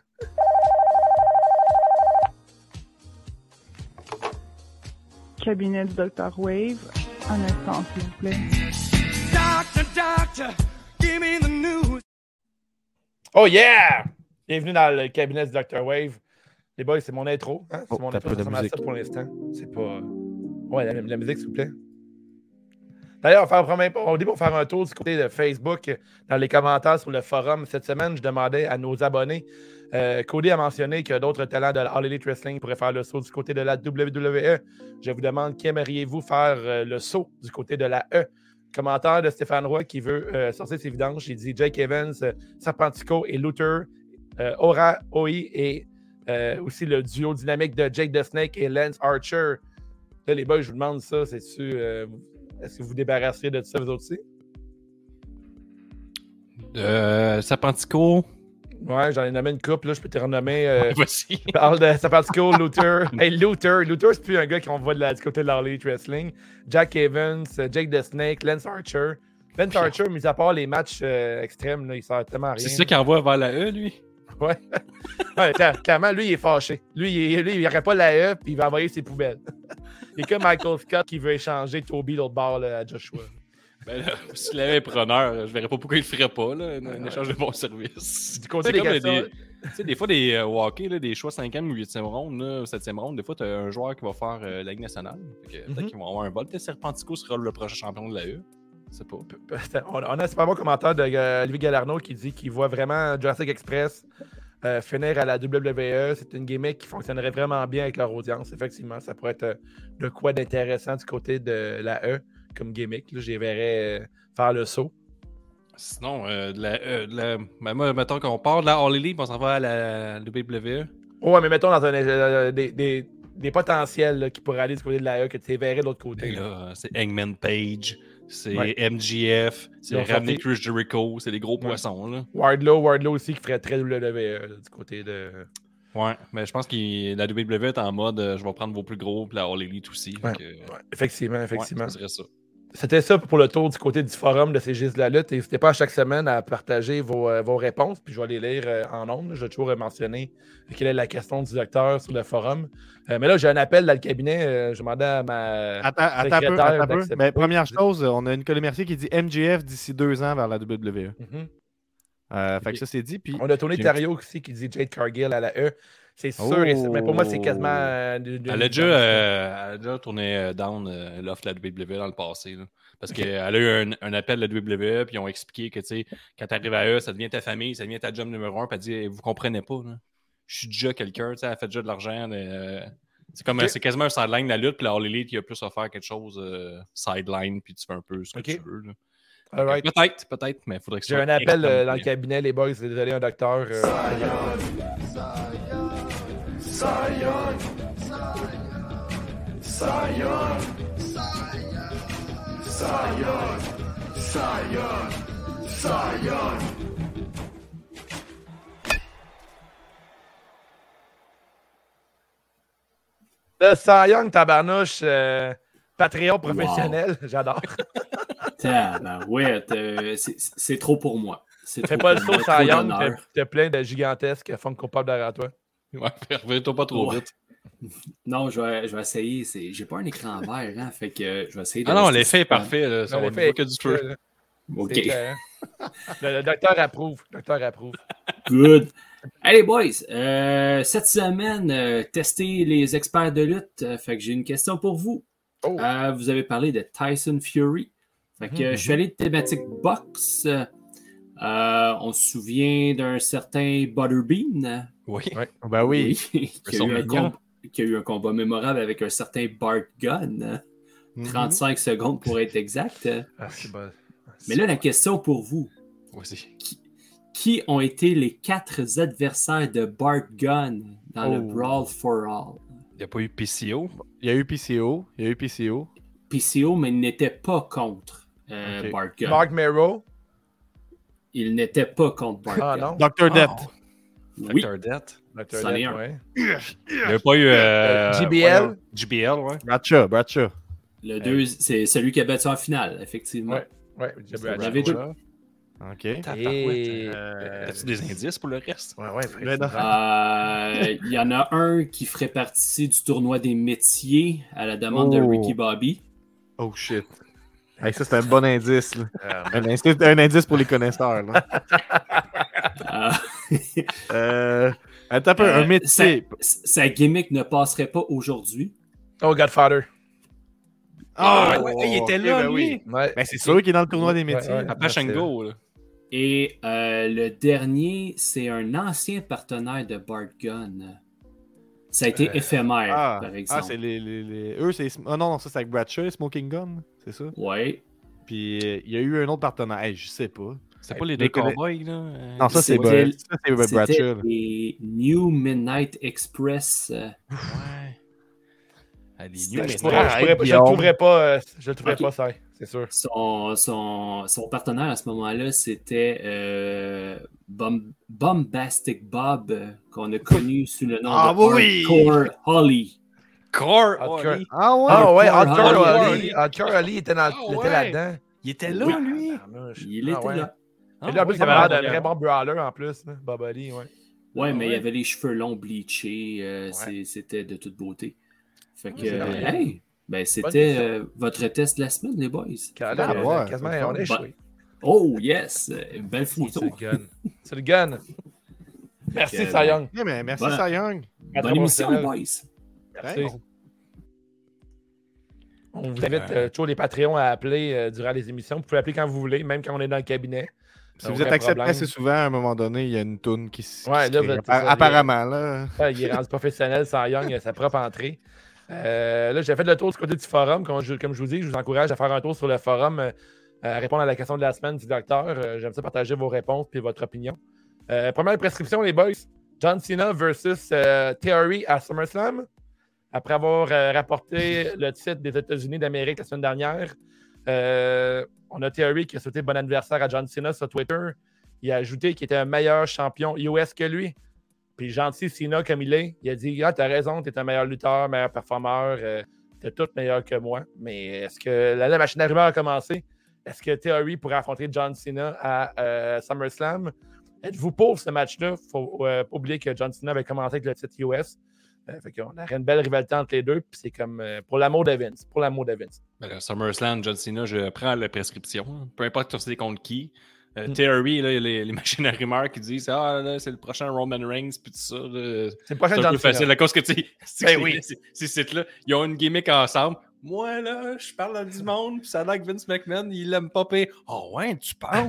[SPEAKER 5] Cabinet du docteur Wave. Un instant, s'il vous plaît.
[SPEAKER 4] Doctor, doctor, give me the news.
[SPEAKER 3] Oh yeah! Bienvenue dans le cabinet du docteur Wave. Les boys, c'est mon intro. Hein? C'est
[SPEAKER 2] Oh,
[SPEAKER 3] mon
[SPEAKER 2] t'as
[SPEAKER 3] intro.
[SPEAKER 2] peu de
[SPEAKER 3] Ça ressemble à
[SPEAKER 2] musique.
[SPEAKER 3] ça pour l'instant. C'est pas. Ouais, la, la musique, s'il vous plaît. D'ailleurs, on va faire, on dit pour faire un tour du côté de Facebook dans les commentaires sur le forum. Cette semaine, je demandais à nos abonnés. Euh, Cody a mentionné que d'autres talents de All Elite Wrestling pourraient faire le saut du côté de la W W E. Je vous demande, qu'aimeriez-vous faire euh, le saut du côté de la E? Commentaire de Stéphane Roy qui veut euh, sortir ses vidanges. Il dit Jake Evans, euh, Serpentico et Luther, euh, Ora, Oi et euh, aussi le duo dynamique de Jake the Snake et Lance Archer. Là, les boys, je vous demande ça. C'est-tu, euh, est-ce que vous vous débarrasseriez de ça, vous autres aussi?
[SPEAKER 1] Euh, Serpentico.
[SPEAKER 3] Ouais, j'en ai nommé une couple. Là, je peux te renommer. Euh,
[SPEAKER 1] Voici.
[SPEAKER 3] Je parle de Serpentico, Luther. Hey, Luther. Luther, c'est plus un gars qu'on voit de la, du côté de l'All Elite Wrestling. Jack Evans, Jake the Snake, Lance Archer. Lance Archer, mis à part les matchs euh, extrêmes, là, il sert tellement à rien.
[SPEAKER 1] C'est ça qui envoie vers la E, lui?
[SPEAKER 3] Ouais. Ouais, clairement, lui, il est fâché. Lui, il, lui, il n'aurait pas la E, puis il va envoyer ses poubelles. Il est comme Michael Scott qui veut échanger Toby l'autre bord là, à Joshua.
[SPEAKER 1] Ben là, s'il avait un preneur, je verrais pas pourquoi il le ferait pas, là, un, un échange de bons services.
[SPEAKER 3] Du côté
[SPEAKER 1] C'est
[SPEAKER 3] des
[SPEAKER 1] comme
[SPEAKER 3] questions,
[SPEAKER 1] des, tu sais, des fois, des euh, walkers, là, des choix cinquième ou huitième ronde, là, septième ronde, des fois, tu as un joueur qui va faire euh, la Ligue nationale. Fait que, peut-être
[SPEAKER 3] Mhm.
[SPEAKER 1] qu'ils vont avoir un vol. Peut-être Serpentico sera le prochain champion de la E. Je sais pas.
[SPEAKER 3] On on a un super bon commentaire de euh, Olivier Galarno qui dit qu'il voit vraiment Jurassic Express euh, finir à la W W E. C'est une gimmick qui fonctionnerait vraiment bien avec leur audience. Effectivement, ça pourrait être euh, de quoi d'intéressant du côté de la E comme gimmick. Là, j'y verrais euh, faire le saut.
[SPEAKER 1] Sinon, euh, de la, euh, de la, ben moi, mettons qu'on part de la All Elite, on s'en va à la W W E.
[SPEAKER 3] Ouais, mais mettons dans un, euh, des, des, des potentiels là, qui pourraient aller du côté de la E que tu verrais de l'autre côté.
[SPEAKER 1] Et là, c'est Hangman Page, c'est
[SPEAKER 3] Ouais.
[SPEAKER 1] M G F, c'est
[SPEAKER 3] Ils ont
[SPEAKER 1] Ramy
[SPEAKER 3] sorti-
[SPEAKER 1] Chris Jericho, c'est des gros
[SPEAKER 3] Ouais.
[SPEAKER 1] poissons, là.
[SPEAKER 3] Wardlow, Wardlow aussi qui ferait très W W E là, du côté de.
[SPEAKER 1] Ouais, mais je pense que la W W E est en mode euh, je vais prendre vos plus gros, puis la All Elite aussi.
[SPEAKER 3] Ouais.
[SPEAKER 1] Fait que,
[SPEAKER 3] Ouais, effectivement, effectivement.
[SPEAKER 1] ouais, ça serait ça.
[SPEAKER 3] C'était ça pour le tour du côté du forum de C G de la lutte. N'hésitez pas à chaque semaine à partager vos, euh, vos réponses, puis je vais les lire euh, en ondes. Je vais toujours mentionner quelle est la question du docteur sur le forum. Euh, mais là, j'ai un appel dans le cabinet. Euh, je demandais à ma.
[SPEAKER 2] Attends, attends un peu.
[SPEAKER 3] secrétaire
[SPEAKER 2] Attends un peu.
[SPEAKER 3] d'accepter.
[SPEAKER 2] Ben, première chose, on a Nicolas Mercier qui dit M J F d'ici deux ans vers la W W E.
[SPEAKER 3] Mhm.
[SPEAKER 2] Euh, fait que ça, c'est dit. Puis
[SPEAKER 3] On a Tony
[SPEAKER 2] j'ai-
[SPEAKER 3] Thériault aussi qui dit Jade Cargill à la E. C'est sûr,
[SPEAKER 2] Oh.
[SPEAKER 3] et c'est- mais pour moi, c'est quasiment. euh, d'une- d'une-
[SPEAKER 1] Elle a déjà, euh, elle a déjà tourné euh, down euh, l'offre de la W W E dans le passé. Là. Parce qu'elle a eu un, un appel de la W W E, puis ils ont expliqué que tu sais, quand tu arrives à eux, ça devient ta famille, ça devient ta job numéro un, puis elle dit vous comprenez pas. Là. Je suis déjà quelqu'un, tu sais, elle fait déjà de l'argent. euh, c'est comme
[SPEAKER 3] Ok.
[SPEAKER 1] c'est quasiment un sideline la lutte, puis la All Elite, il y a plus à faire quelque chose euh, sideline, puis tu fais un peu ce que
[SPEAKER 3] Ok.
[SPEAKER 1] tu veux. Là.
[SPEAKER 3] All right.
[SPEAKER 1] Peut-être, peut-être, mais il faudrait que ce
[SPEAKER 3] J'ai
[SPEAKER 1] soit
[SPEAKER 3] un appel euh, dans le
[SPEAKER 1] incroyable.
[SPEAKER 3] cabinet, les boys. Désolé, un docteur. euh, Le Cy Young, tabarnouche, euh, Patreon professionnel, j'adore.
[SPEAKER 6] Tabarouette, euh, c'est c'est trop pour moi. C'est
[SPEAKER 3] Fais
[SPEAKER 6] trop
[SPEAKER 3] pas le
[SPEAKER 6] pour
[SPEAKER 3] saut,
[SPEAKER 6] moi, trop
[SPEAKER 3] Cy Young,
[SPEAKER 6] d'honneur.
[SPEAKER 3] t'as- t'as plein de gigantesques Funko Pop derrière toi.
[SPEAKER 1] Ouais, reviens-toi pas trop
[SPEAKER 6] Ouais.
[SPEAKER 1] vite.
[SPEAKER 6] Non, je vais, je vais essayer. c'est- J'ai pas un écran vert, hein, fait que je vais essayer de.
[SPEAKER 1] Ah non,
[SPEAKER 6] rester
[SPEAKER 1] l'effet est
[SPEAKER 6] stable.
[SPEAKER 1] parfait. Là, ça
[SPEAKER 3] Non,
[SPEAKER 1] va
[SPEAKER 3] l'effet
[SPEAKER 1] voir que du feu.
[SPEAKER 3] là.
[SPEAKER 6] OK,
[SPEAKER 3] C'est clair. le, le docteur approuve. Le docteur approuve.
[SPEAKER 6] good. Allez, boys, euh, cette semaine, euh, tester les experts de lutte. euh, fait que j'ai une question pour vous.
[SPEAKER 3] Oh.
[SPEAKER 6] Euh, vous avez parlé de Tyson Fury. Fait que
[SPEAKER 3] Mhm.
[SPEAKER 6] je suis allé de thématique box. Euh, on se souvient d'un certain Butterbean.
[SPEAKER 1] Oui.
[SPEAKER 3] Ouais.
[SPEAKER 2] Ben oui.
[SPEAKER 6] Oui, qui, a eu un combat, qui a eu un combat mémorable avec un certain Bart Gunn.
[SPEAKER 2] Mhm.
[SPEAKER 6] trente-cinq secondes pour être exact.
[SPEAKER 3] Ah, c'est bon.
[SPEAKER 6] Mais là, la question pour vous.
[SPEAKER 1] Vas-y.
[SPEAKER 6] Qui, qui ont été les quatre adversaires de Bart Gunn dans
[SPEAKER 2] Oh.
[SPEAKER 6] le Brawl for All?
[SPEAKER 1] Il n'y a pas eu P C O.
[SPEAKER 2] Il y a eu P C O. Il y a eu P C O.
[SPEAKER 6] P C O, mais il n'était pas contre euh,
[SPEAKER 2] Ok.
[SPEAKER 6] Bart Gunn.
[SPEAKER 3] Mark Merrow.
[SPEAKER 6] Il n'était pas contre Bart
[SPEAKER 3] Ah
[SPEAKER 6] Gunn.
[SPEAKER 3] non.
[SPEAKER 2] docteur Death.
[SPEAKER 6] Oui,
[SPEAKER 1] Docteur Death.
[SPEAKER 3] docteur
[SPEAKER 6] C'en est
[SPEAKER 3] Death,
[SPEAKER 6] un.
[SPEAKER 3] ouais.
[SPEAKER 1] Il n'y avait pas eu. Euh,
[SPEAKER 3] G B L.
[SPEAKER 1] G B L, ouais.
[SPEAKER 2] Bradshaw, Bradshaw.
[SPEAKER 6] le deux, c'est celui qui a battu en finale, effectivement.
[SPEAKER 3] Ouais. Ouais, J B L.
[SPEAKER 6] Il y avait deux.
[SPEAKER 2] OK.
[SPEAKER 1] Tabarouette.
[SPEAKER 3] Et...
[SPEAKER 1] Euh, As-tu des indices pour le reste?
[SPEAKER 3] Ouais, ouais,
[SPEAKER 2] Ouais, non.
[SPEAKER 6] Euh, Il y en a un qui ferait partie du tournoi des métiers à la demande de
[SPEAKER 2] Oh.
[SPEAKER 6] Ricky Bobby.
[SPEAKER 2] Oh shit. Hey, ça, c'est un bon indice. Là.
[SPEAKER 3] Euh,
[SPEAKER 2] Un, indice un indice pour les connaisseurs. Là.
[SPEAKER 6] Euh,
[SPEAKER 2] Euh, attends un peu,
[SPEAKER 6] euh,
[SPEAKER 2] un métier.
[SPEAKER 6] Sa, sa gimmick ne passerait pas aujourd'hui.
[SPEAKER 3] Oh, Godfather.
[SPEAKER 2] Ah,
[SPEAKER 1] ouais, ouais, il était
[SPEAKER 2] ok,
[SPEAKER 1] là,
[SPEAKER 2] ben
[SPEAKER 1] lui.
[SPEAKER 2] oui.
[SPEAKER 3] Ouais.
[SPEAKER 2] Ben, c'est sûr qu'il est dans le tournoi des métiers.
[SPEAKER 3] Ouais, ouais.
[SPEAKER 1] À Pachango, là.
[SPEAKER 6] Et euh, le dernier, c'est un ancien partenaire de Bart Gunn. Ça a été
[SPEAKER 3] Euh,
[SPEAKER 6] éphémère,
[SPEAKER 2] Ah,
[SPEAKER 6] par
[SPEAKER 2] ah
[SPEAKER 6] exemple.
[SPEAKER 2] c'est les, les, les- Eux, c'est. Oh non, non, ça, c'est avec Bradshaw, Smoking Gun. C'est ça.
[SPEAKER 6] Ouais.
[SPEAKER 2] Puis euh, il y a eu un autre partenaire. Hey, je sais pas.
[SPEAKER 1] C'est pas les
[SPEAKER 2] Les
[SPEAKER 1] deux
[SPEAKER 2] conna-
[SPEAKER 1] cowboys, là. euh,
[SPEAKER 2] Non, ça, c'est
[SPEAKER 6] C'était-
[SPEAKER 2] Bra- ça, c'est
[SPEAKER 6] C'était
[SPEAKER 2] Bradshaw. là.
[SPEAKER 6] les New Midnight Express. euh,
[SPEAKER 1] Ouais. Ah, les
[SPEAKER 3] Je
[SPEAKER 1] New
[SPEAKER 3] ne
[SPEAKER 1] Midnight.
[SPEAKER 3] pourrais, je pourrais- je le
[SPEAKER 2] Guillaume.
[SPEAKER 3] trouverais pas, euh, je le trouverais
[SPEAKER 6] Ok.
[SPEAKER 3] pas, ça, c'est sûr.
[SPEAKER 6] Son, son, son partenaire à ce moment-là, c'était euh, Bom- Bombastic Bob, euh, qu'on a connu sous le nom
[SPEAKER 2] Ah,
[SPEAKER 6] de
[SPEAKER 2] oui!
[SPEAKER 6] Hardcore Holly.
[SPEAKER 1] Core
[SPEAKER 3] Hardcore.
[SPEAKER 1] Holly.
[SPEAKER 2] Ah ouais?
[SPEAKER 3] Ah ouais,
[SPEAKER 6] Hardcore
[SPEAKER 3] Hardcore
[SPEAKER 6] Holly.
[SPEAKER 3] Ali. Hardcore Ali était, dans-
[SPEAKER 1] Ah
[SPEAKER 3] il était
[SPEAKER 1] ouais.
[SPEAKER 3] là-dedans.
[SPEAKER 1] Il était là,
[SPEAKER 6] Oui.
[SPEAKER 1] lui.
[SPEAKER 6] Il était
[SPEAKER 3] Ah ouais.
[SPEAKER 6] là.
[SPEAKER 3] Et là, en plus,
[SPEAKER 1] Ah,
[SPEAKER 3] il avait l'air d'un
[SPEAKER 1] ouais.
[SPEAKER 3] vrai bon brawler en plus, là, Bob Ali, ouais.
[SPEAKER 6] Ouais,
[SPEAKER 1] Ah
[SPEAKER 6] mais il
[SPEAKER 1] ouais.
[SPEAKER 6] avait les cheveux longs bleachés. euh,
[SPEAKER 3] Ouais.
[SPEAKER 6] c'est- C'était de toute beauté. Fait que,
[SPEAKER 3] Ouais, c'est
[SPEAKER 6] euh,
[SPEAKER 3] normal.
[SPEAKER 6] hey, ben,
[SPEAKER 3] Bonne
[SPEAKER 6] c'était
[SPEAKER 3] question.
[SPEAKER 6] euh, votre test de la semaine, les boys.
[SPEAKER 3] Là,
[SPEAKER 2] Ah,
[SPEAKER 3] on
[SPEAKER 2] ouais,
[SPEAKER 3] a quasiment,
[SPEAKER 2] c'est le
[SPEAKER 3] on a
[SPEAKER 2] fun.
[SPEAKER 3] échoué.
[SPEAKER 6] Oh, yes! euh, Belle
[SPEAKER 3] C'est
[SPEAKER 6] photo.
[SPEAKER 3] le gun. C'est le gun. Merci,
[SPEAKER 6] Fait que,
[SPEAKER 3] Cy Young.
[SPEAKER 2] Eh, mais merci,
[SPEAKER 6] Voilà.
[SPEAKER 2] Cy Young.
[SPEAKER 6] Bonne émission, les boys.
[SPEAKER 3] Merci.
[SPEAKER 2] Hey.
[SPEAKER 3] On vous invite euh, toujours les Patreons à appeler euh, durant les émissions. Vous pouvez appeler quand vous voulez, même quand on est dans le cabinet.
[SPEAKER 2] Si
[SPEAKER 3] Donc,
[SPEAKER 2] vous êtes
[SPEAKER 3] aucun
[SPEAKER 2] accepté
[SPEAKER 3] problème.
[SPEAKER 2] assez souvent, à un moment donné, il y a une toune qui se.
[SPEAKER 3] Ouais,
[SPEAKER 2] qui
[SPEAKER 3] là,
[SPEAKER 2] se
[SPEAKER 3] vous
[SPEAKER 2] crée.
[SPEAKER 3] êtes- c'est ça,
[SPEAKER 2] Apparemment, là.
[SPEAKER 3] Ouais, il est rendu professionnel, Cy Young, il a sa propre entrée. Euh, là, j'ai fait le tour du côté du forum. Comme je, comme je vous dis, je vous encourage à faire un tour sur le forum, euh, à répondre à la question de la semaine du docteur. Euh, J'aime ça partager vos réponses et votre opinion. Euh, première prescription, les boys. John Cena versus euh, Theory à SummerSlam. Après avoir euh, rapporté le titre des États-Unis d'Amérique la semaine dernière, euh, on a Theory qui a souhaité bon anniversaire à John Cena sur Twitter. Il a ajouté qu'il était un meilleur champion U S que lui. Puis gentil Cena comme il est, il a dit ah, t'as raison, t'es un meilleur lutteur, meilleur performeur, euh, t'es tout meilleur que moi. Mais est-ce que la, la machine à rumeur a commencé? Est-ce que Theory pourrait affronter John Cena à euh, SummerSlam? Êtes-vous pour ce match-là? Il ne faut euh, pas oublier que John Cena avait commencé avec le titre U S. Euh, fait qu'on aurait une belle rivalité entre les deux. Puis c'est comme euh, pour l'amour de Vince. Pour l'amour de Vince.
[SPEAKER 1] Ben là, SummerSlam, John Cena, je prends la prescription. hein. Peu importe c'est contre qui. Euh,
[SPEAKER 3] Mm.
[SPEAKER 1] Theory, là, les, les machines à rumeurs qui disent Ah, là, c'est le prochain Roman Reigns, puis tout ça. là.
[SPEAKER 3] C'est le prochain
[SPEAKER 1] C'est un
[SPEAKER 3] John
[SPEAKER 1] peu
[SPEAKER 3] Cena.
[SPEAKER 1] facile. À cause que tu sais, c'est-
[SPEAKER 3] Ben
[SPEAKER 1] c'est-
[SPEAKER 3] oui.
[SPEAKER 1] c'est- ces sites-là, ils ont une gimmick ensemble. Moi, là, je parle à du monde, puis ça a l'air que Vince McMahon, il l'aime pas pire. Oh, ouais, tu parles.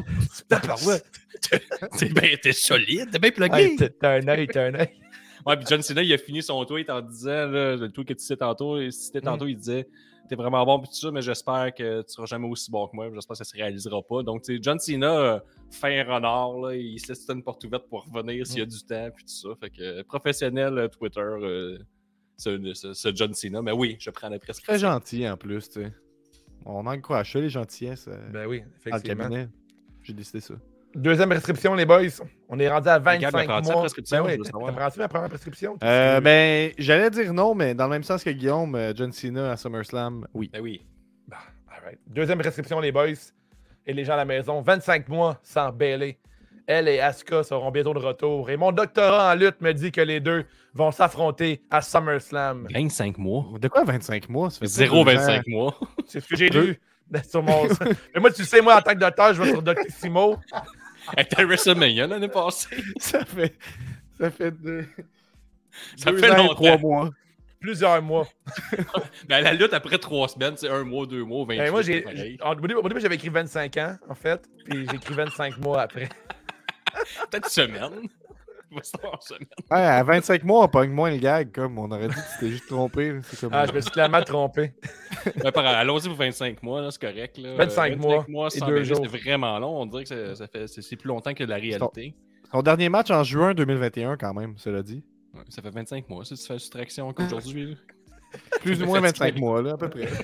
[SPEAKER 1] T'es ben, t'es solide, t'es bien plugué.
[SPEAKER 3] Hey, t'as- t'as un œil, t'as un œil.
[SPEAKER 1] Ouais, puis John Cena, il a fini son tweet en disant, là, le tweet que tu citais tantôt, il citait tantôt, il disait T'es vraiment bon, puis tout ça, mais j'espère que tu seras jamais aussi bon que moi, j'espère que ça se réalisera pas. Donc, tu sais, John Cena, euh, fin renard, là, il se laisse une porte ouverte pour revenir s'il y a du temps, puis tout ça. Fait que euh, professionnel euh, Twitter, euh, ce, ce- ce John Cena, mais oui, je prends la
[SPEAKER 2] Très
[SPEAKER 1] prescription.
[SPEAKER 2] gentil en plus, tu sais. On encourage ça, les gentillesses. euh,
[SPEAKER 3] Ben oui,
[SPEAKER 2] dans le
[SPEAKER 3] effectivement.
[SPEAKER 2] cabinet. J'ai décidé ça.
[SPEAKER 3] Deuxième prescription, les boys. On est rendu à
[SPEAKER 1] Gab,
[SPEAKER 3] vingt-cinq
[SPEAKER 1] apprends-tu la
[SPEAKER 3] mois.
[SPEAKER 1] prescription,
[SPEAKER 3] Ben oui,
[SPEAKER 1] je veux savoir.
[SPEAKER 3] t'apprends-tu ma première prescription?
[SPEAKER 2] Euh, ben, j'allais dire non, mais dans le même sens que Guillaume, euh, John Cena à SummerSlam, oui.
[SPEAKER 1] Ben oui.
[SPEAKER 3] Bah, all right. Deuxième prescription, les boys. Et les gens à la maison, vingt-cinq mois sans Bayley. Elle et Asuka seront bientôt de retour. Et mon doctorat en lutte me dit que les deux vont s'affronter à SummerSlam.
[SPEAKER 1] vingt-cinq mois.
[SPEAKER 2] De quoi vingt-cinq mois? Ça fait
[SPEAKER 1] Zéro
[SPEAKER 2] pas deux
[SPEAKER 1] vingt-cinq
[SPEAKER 2] ans.
[SPEAKER 1] mois.
[SPEAKER 3] C'est ce que j'ai lu sur mon... Mais moi, tu sais, moi, en tant que docteur, je vais sur Doctissimo.
[SPEAKER 1] Elle était à WrestleMania l'année passée.
[SPEAKER 2] Ça fait. Ça fait deux.
[SPEAKER 1] Ça
[SPEAKER 2] deux
[SPEAKER 1] fait
[SPEAKER 2] ans et
[SPEAKER 1] longtemps.
[SPEAKER 2] trois mois.
[SPEAKER 3] Plusieurs mois.
[SPEAKER 1] Mais à la lutte, après trois semaines, c'est un mois, deux mois, vingt
[SPEAKER 3] Ben, moi, j'ai...
[SPEAKER 1] pareil.
[SPEAKER 3] Au début, au début, j'avais écrit vingt-cinq ans, en fait. Puis j'ai écrit vingt-cinq mois après.
[SPEAKER 1] Peut-être une semaine. par semaine.
[SPEAKER 2] Ouais, à vingt-cinq mois, on pogne moins le gag, comme on aurait dit que tu t'es juste trompé. C'est comme...
[SPEAKER 3] Ah, je me suis clairement trompé.
[SPEAKER 1] Ouais, par- allons-y pour vingt-cinq mois, là, c'est correct. Là.
[SPEAKER 3] vingt-cinq mois
[SPEAKER 1] sans
[SPEAKER 3] et deux
[SPEAKER 1] bébé,
[SPEAKER 3] jours.
[SPEAKER 1] c'est vraiment long. On dirait que ça, ça fait, c'est, c'est plus longtemps que la réalité.
[SPEAKER 2] Son dernier match en juin deux mille vingt et un, quand même, cela dit.
[SPEAKER 1] Ouais, ça fait vingt-cinq mois, si tu fais soustraction qu'aujourd'hui. Là.
[SPEAKER 2] Plus ou moins vingt-cinq mois, là, à peu près.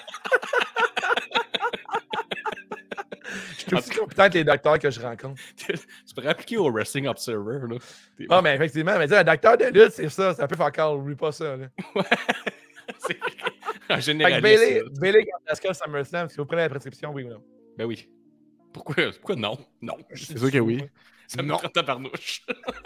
[SPEAKER 3] Je suis aussi compétent que les docteurs que je rencontre.
[SPEAKER 1] Tu pourrais appliquer au Wrestling Observer. Là. T'es-
[SPEAKER 3] Ah, mais effectivement, mais dire un docteur de lutte, c'est ça. C'est un peu fuck-all. Oublie pas ça. Là.
[SPEAKER 1] c'est un
[SPEAKER 3] Fait que
[SPEAKER 1] généraliste.
[SPEAKER 3] Bailey,
[SPEAKER 1] là.
[SPEAKER 3] Bailey Gonzalez SummerSlam, si vous prenez la prescription, oui ou non?
[SPEAKER 1] Ben oui. Pourquoi, pourquoi non? Non.
[SPEAKER 2] C'est sûr que oui.
[SPEAKER 1] Ça me
[SPEAKER 2] Non.
[SPEAKER 1] prend ta barnouche.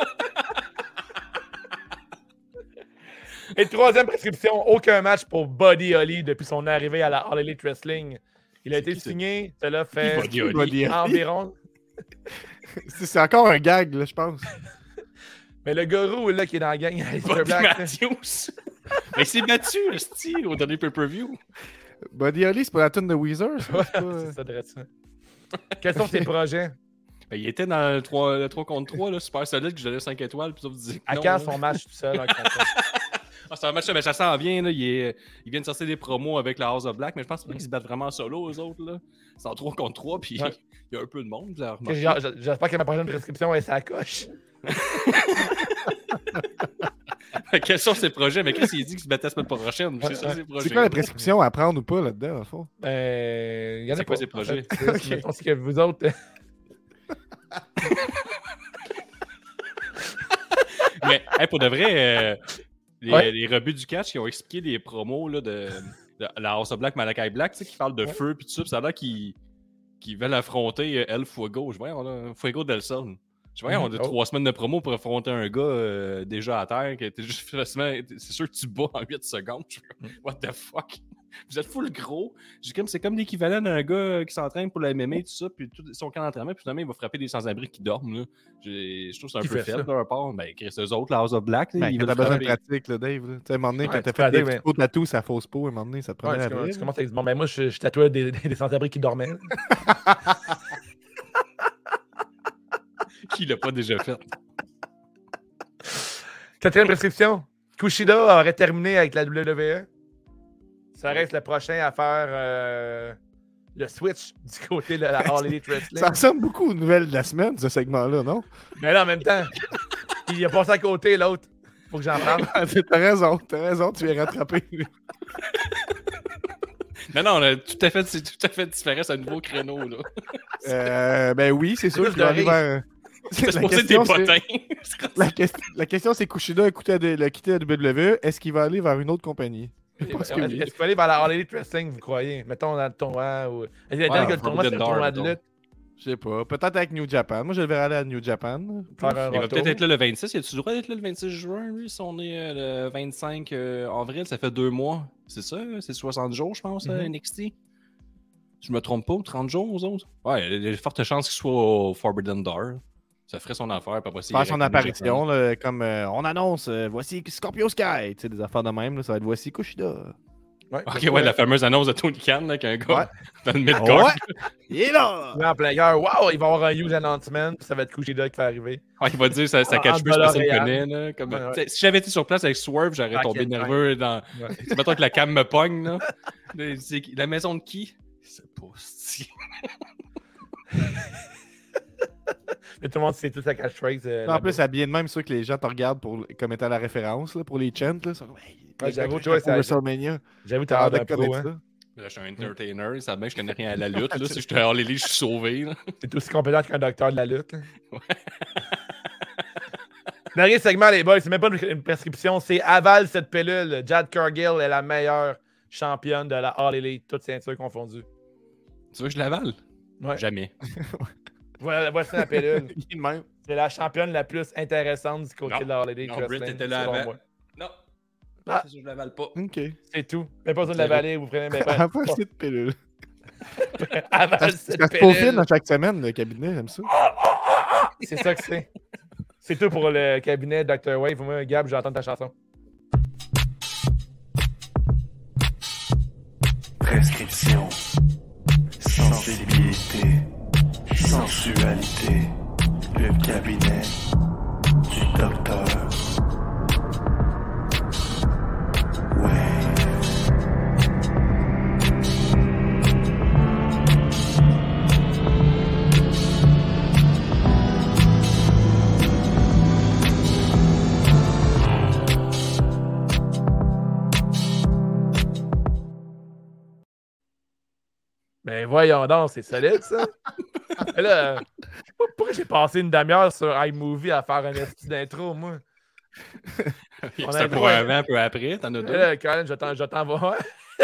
[SPEAKER 3] Et troisième prescription, aucun match pour Buddy Holly depuis son arrivée à la All Elite Wrestling. Il a
[SPEAKER 1] C'est
[SPEAKER 3] été
[SPEAKER 1] qui, ça?
[SPEAKER 3] signé, cela fait
[SPEAKER 1] Buddy Holly?
[SPEAKER 2] Buddy Holly.
[SPEAKER 3] environ.
[SPEAKER 2] C'est c'est encore un gag, là, je pense.
[SPEAKER 3] Mais le gourou là, qui est dans la gang, Alistair
[SPEAKER 1] Bobby
[SPEAKER 3] Black, là.
[SPEAKER 1] Matthews. Mais il s'est battu, esti, au dernier pay-per-view.
[SPEAKER 2] Buddy Holly, c'est pas la tune de Weezer, ça?
[SPEAKER 3] Ouais,
[SPEAKER 2] C'est pas-
[SPEAKER 3] c'est ça, de ça. Quels sont tes projets?
[SPEAKER 1] Ben, il était dans le trois, le trois contre trois, là, super solide, que je donnais cinq étoiles. Puis ça, vous dites
[SPEAKER 3] À
[SPEAKER 1] non,
[SPEAKER 3] quand
[SPEAKER 1] là.
[SPEAKER 3] son match tout seul? en contrat?
[SPEAKER 1] Ah, c'est un match, mais ça s'en vient. Là. Il, est, il vient de sortir des promos avec la House of Black, mais je pense pas qu'ils se battent vraiment solo, eux autres. Là. C'est en trois contre trois, puis
[SPEAKER 3] Ouais.
[SPEAKER 1] il y a un peu de monde. Là,
[SPEAKER 3] Que genre, j'espère que ma prochaine prescription est sa coche.
[SPEAKER 1] Quels sont ses projets? Mais qu'est-ce qu'il dit qu'il se battait la semaine prochaine? C'est ça,
[SPEAKER 3] Ouais.
[SPEAKER 1] ses projets.
[SPEAKER 2] C'est quoi la prescription à prendre ou pas là-dedans, dans le fond?
[SPEAKER 3] Euh, il y en a
[SPEAKER 1] C'est
[SPEAKER 3] pas.
[SPEAKER 1] quoi ses projets?
[SPEAKER 3] En fait, mettons, c'est que vous autres.
[SPEAKER 1] Mais hey, pour de vrai, euh, les,
[SPEAKER 3] Ouais.
[SPEAKER 1] les rebuts du catch qui ont expliqué les promos là, de, de la House of Black, Malakai Black, tu sais, qui parlent de
[SPEAKER 3] Ouais.
[SPEAKER 1] feu puis tout ça, puis ça a l'air qu'ils qu'ils veulent affronter euh, El Fuego. Je vois, on a Fuego del Sol. Je vois, on a
[SPEAKER 3] Mhm.
[SPEAKER 1] trois semaines de promo pour affronter un gars euh, déjà à terre qui était juste facilement. C'est sûr que tu bats en huit secondes. Je fais,
[SPEAKER 3] Mhm.
[SPEAKER 1] what the fuck? Vous êtes full gros. J'ai comme, c'est comme l'équivalent d'un gars qui s'entraîne pour la M M A, tout ça, puis tout son camp d'entraînement, puis finalement, il va frapper des sans-abri qui dorment. Là. J'ai- Je trouve que c'est un
[SPEAKER 3] Qui
[SPEAKER 1] peu
[SPEAKER 3] fait
[SPEAKER 1] faible
[SPEAKER 3] ça?
[SPEAKER 1] de leur part. Ben, Chris, eux autres, la House of Black, là,
[SPEAKER 2] Ben,
[SPEAKER 1] ils
[SPEAKER 2] quand
[SPEAKER 1] veulent
[SPEAKER 2] t'as besoin de
[SPEAKER 1] frapper.
[SPEAKER 2] pratique, là, Dave. là. Tu sais, à un moment donné,
[SPEAKER 3] Ouais,
[SPEAKER 2] quand
[SPEAKER 3] tu
[SPEAKER 2] t'as
[SPEAKER 3] peux
[SPEAKER 2] fait
[SPEAKER 3] aller,
[SPEAKER 2] des
[SPEAKER 3] mais-
[SPEAKER 2] photos de tatou, ça fausse pas. À un moment donné, ça te
[SPEAKER 3] Ouais,
[SPEAKER 2] prenait
[SPEAKER 3] tu,
[SPEAKER 2] la
[SPEAKER 3] commences-
[SPEAKER 2] bride.
[SPEAKER 3] tu commences à dire, bon, ben moi, je, je tatouais des, des, des sans-abri qui dormaient.
[SPEAKER 1] Qui l'a pas déjà fait?
[SPEAKER 3] Quatrième prescription. Kushida aurait terminé avec la W W E. Ça reste le prochain à faire euh, le switch du côté de la All Elite Wrestling.
[SPEAKER 2] Ça ressemble beaucoup aux nouvelles de la semaine, ce segment-là, non?
[SPEAKER 3] Mais là, en même temps, il a passé à côté, l'autre. Faut que j'en parle.
[SPEAKER 2] T'as raison, t'as raison, tu es rattrapé.
[SPEAKER 1] Non, non, on a tout à fait, c'est tout à fait différent, c'est un nouveau créneau. Là.
[SPEAKER 2] Euh, ben oui, c'est sûr
[SPEAKER 3] plus
[SPEAKER 2] qu'il va
[SPEAKER 3] de
[SPEAKER 2] aller
[SPEAKER 3] rire.
[SPEAKER 2] vers...
[SPEAKER 1] C'est
[SPEAKER 2] La
[SPEAKER 1] supposé des
[SPEAKER 2] question, c'est-
[SPEAKER 1] potins.
[SPEAKER 2] La, question- la question, c'est Kushida a quitté de- l'a quitté la W W E. Est-ce qu'il va aller vers une autre compagnie? Je pense que oui.
[SPEAKER 3] Est-ce qu'il faut aller vers la All Elite Wrestling, vous croyez? Mettons dans le tournoi. Ou... Est-ce que
[SPEAKER 2] Ouais,
[SPEAKER 3] le tournoi, c'est le
[SPEAKER 1] Forbidden Door,
[SPEAKER 3] tournoi de
[SPEAKER 1] mettons.
[SPEAKER 3] lutte?
[SPEAKER 2] Je sais pas. Peut-être avec New Japan. Moi, je le verrais aller à New Japan.
[SPEAKER 3] Faire un
[SPEAKER 1] Il va
[SPEAKER 3] retour.
[SPEAKER 1] peut-être être là le vingt-six. Il a-tu le droit d'être là le vingt-six juin, lui, si on est euh, le vingt-cinq euh, avril? Ça fait deux mois. C'est ça? C'est soixante jours, je pense, à
[SPEAKER 3] Mhm.
[SPEAKER 1] N X T? Je me trompe pas, ou trente jours aux autres? Ouais, il y a de fortes chances qu'il soit au Forbidden Door. Ça ferait son affaire, pas possible.
[SPEAKER 2] Faire son apparition, là, comme euh, on annonce, euh, voici Scorpio Sky. Tu sais, des affaires de même. Là, ça va être voici Kushida.
[SPEAKER 3] Ouais,
[SPEAKER 1] Ok, ouais, la fameuse annonce de Tony Khan, là, qu'un gars
[SPEAKER 2] Ouais.
[SPEAKER 1] dans le mid-card.
[SPEAKER 2] Ouais! Il est là!
[SPEAKER 3] Il est en plein cœur. Wow, il va y avoir un huge announcement, puis ça va être Kushida qui va arriver.
[SPEAKER 1] Ouais, il va dire ça, ça
[SPEAKER 3] En-
[SPEAKER 1] catch
[SPEAKER 3] en
[SPEAKER 1] plus, personne
[SPEAKER 3] dollar
[SPEAKER 1] connaît. Là, comme,
[SPEAKER 3] Ouais, ouais.
[SPEAKER 1] t'sais, si j'avais été sur place avec Swerve, j'aurais
[SPEAKER 3] Ah,
[SPEAKER 1] tombé
[SPEAKER 3] quel
[SPEAKER 1] nerveux dans.
[SPEAKER 3] Ouais.
[SPEAKER 1] Tu mettons que la cam me pogne. Là. Là, c'est qui- la maison de qui? C'est pas si.
[SPEAKER 3] Mais tout le monde sait tout sa catchphrase. euh,
[SPEAKER 2] En
[SPEAKER 3] là-bas.
[SPEAKER 2] plus, habillé de même, c'est sûr que les gens te regardent pour, comme étant la référence là, pour les chants. Là. Ils sont comme, hey,
[SPEAKER 3] Ouais,
[SPEAKER 2] le
[SPEAKER 3] j'avoue,
[SPEAKER 2] gars
[SPEAKER 3] tu vois,
[SPEAKER 2] pour
[SPEAKER 3] ça-
[SPEAKER 2] WrestleMania.
[SPEAKER 3] J'avoue,
[SPEAKER 2] T'as
[SPEAKER 3] t'as
[SPEAKER 2] l'air
[SPEAKER 3] l'air
[SPEAKER 2] de
[SPEAKER 3] d'un pro,
[SPEAKER 2] connaître
[SPEAKER 3] hein.
[SPEAKER 1] Là, je suis un entertainer, ça bien que je connais rien à la lutte. Là. Si j'étais hors les lits, je suis sauvé. Là.
[SPEAKER 3] T'es aussi compétent qu'un docteur de la lutte. là. Dernier segment, les boys, c'est même pas une une prescription, c'est avale cette pilule. Jade Cargill est la meilleure championne de la All Elite, toutes ceintures confondues.
[SPEAKER 1] Tu veux que je l'avale?
[SPEAKER 3] Ouais.
[SPEAKER 1] Jamais.
[SPEAKER 3] Voilà, voici la pilule.
[SPEAKER 2] Il est de même.
[SPEAKER 3] C'est la championne la plus intéressante du côté
[SPEAKER 1] Non.
[SPEAKER 3] de la All Elite
[SPEAKER 1] Non,
[SPEAKER 3] Wrestling,
[SPEAKER 1] Britt était là
[SPEAKER 3] selon
[SPEAKER 1] avant.
[SPEAKER 3] moi.
[SPEAKER 1] Non.
[SPEAKER 3] Ah.
[SPEAKER 1] C'est sûr que je l'avale pas.
[SPEAKER 2] OK.
[SPEAKER 3] C'est tout. Mais pas besoin de l'avaler, vous prenez. Mais pas,
[SPEAKER 2] Avale cette pilule.
[SPEAKER 3] avale
[SPEAKER 2] Ça
[SPEAKER 3] cette
[SPEAKER 2] se peaufine
[SPEAKER 3] pilule.
[SPEAKER 2] à chaque semaine, le cabinet, j'aime ça.
[SPEAKER 3] C'est ça que c'est. C'est tout pour le cabinet docteur Wave. Moi, Gab, j'entends ta chanson.
[SPEAKER 7] Prescription, sensibilité, sensualité, le cabinet du
[SPEAKER 4] docteur Wave.
[SPEAKER 3] Ben voyons donc, c'est solide ça. Là, je sais pas pourquoi j'ai passé une demi-heure sur iMovie à faire un esti d'intro, moi.
[SPEAKER 1] C'était pour un avant, un peu après, t'en as deux.
[SPEAKER 3] Là, quand même, je t'en- je t'envoie.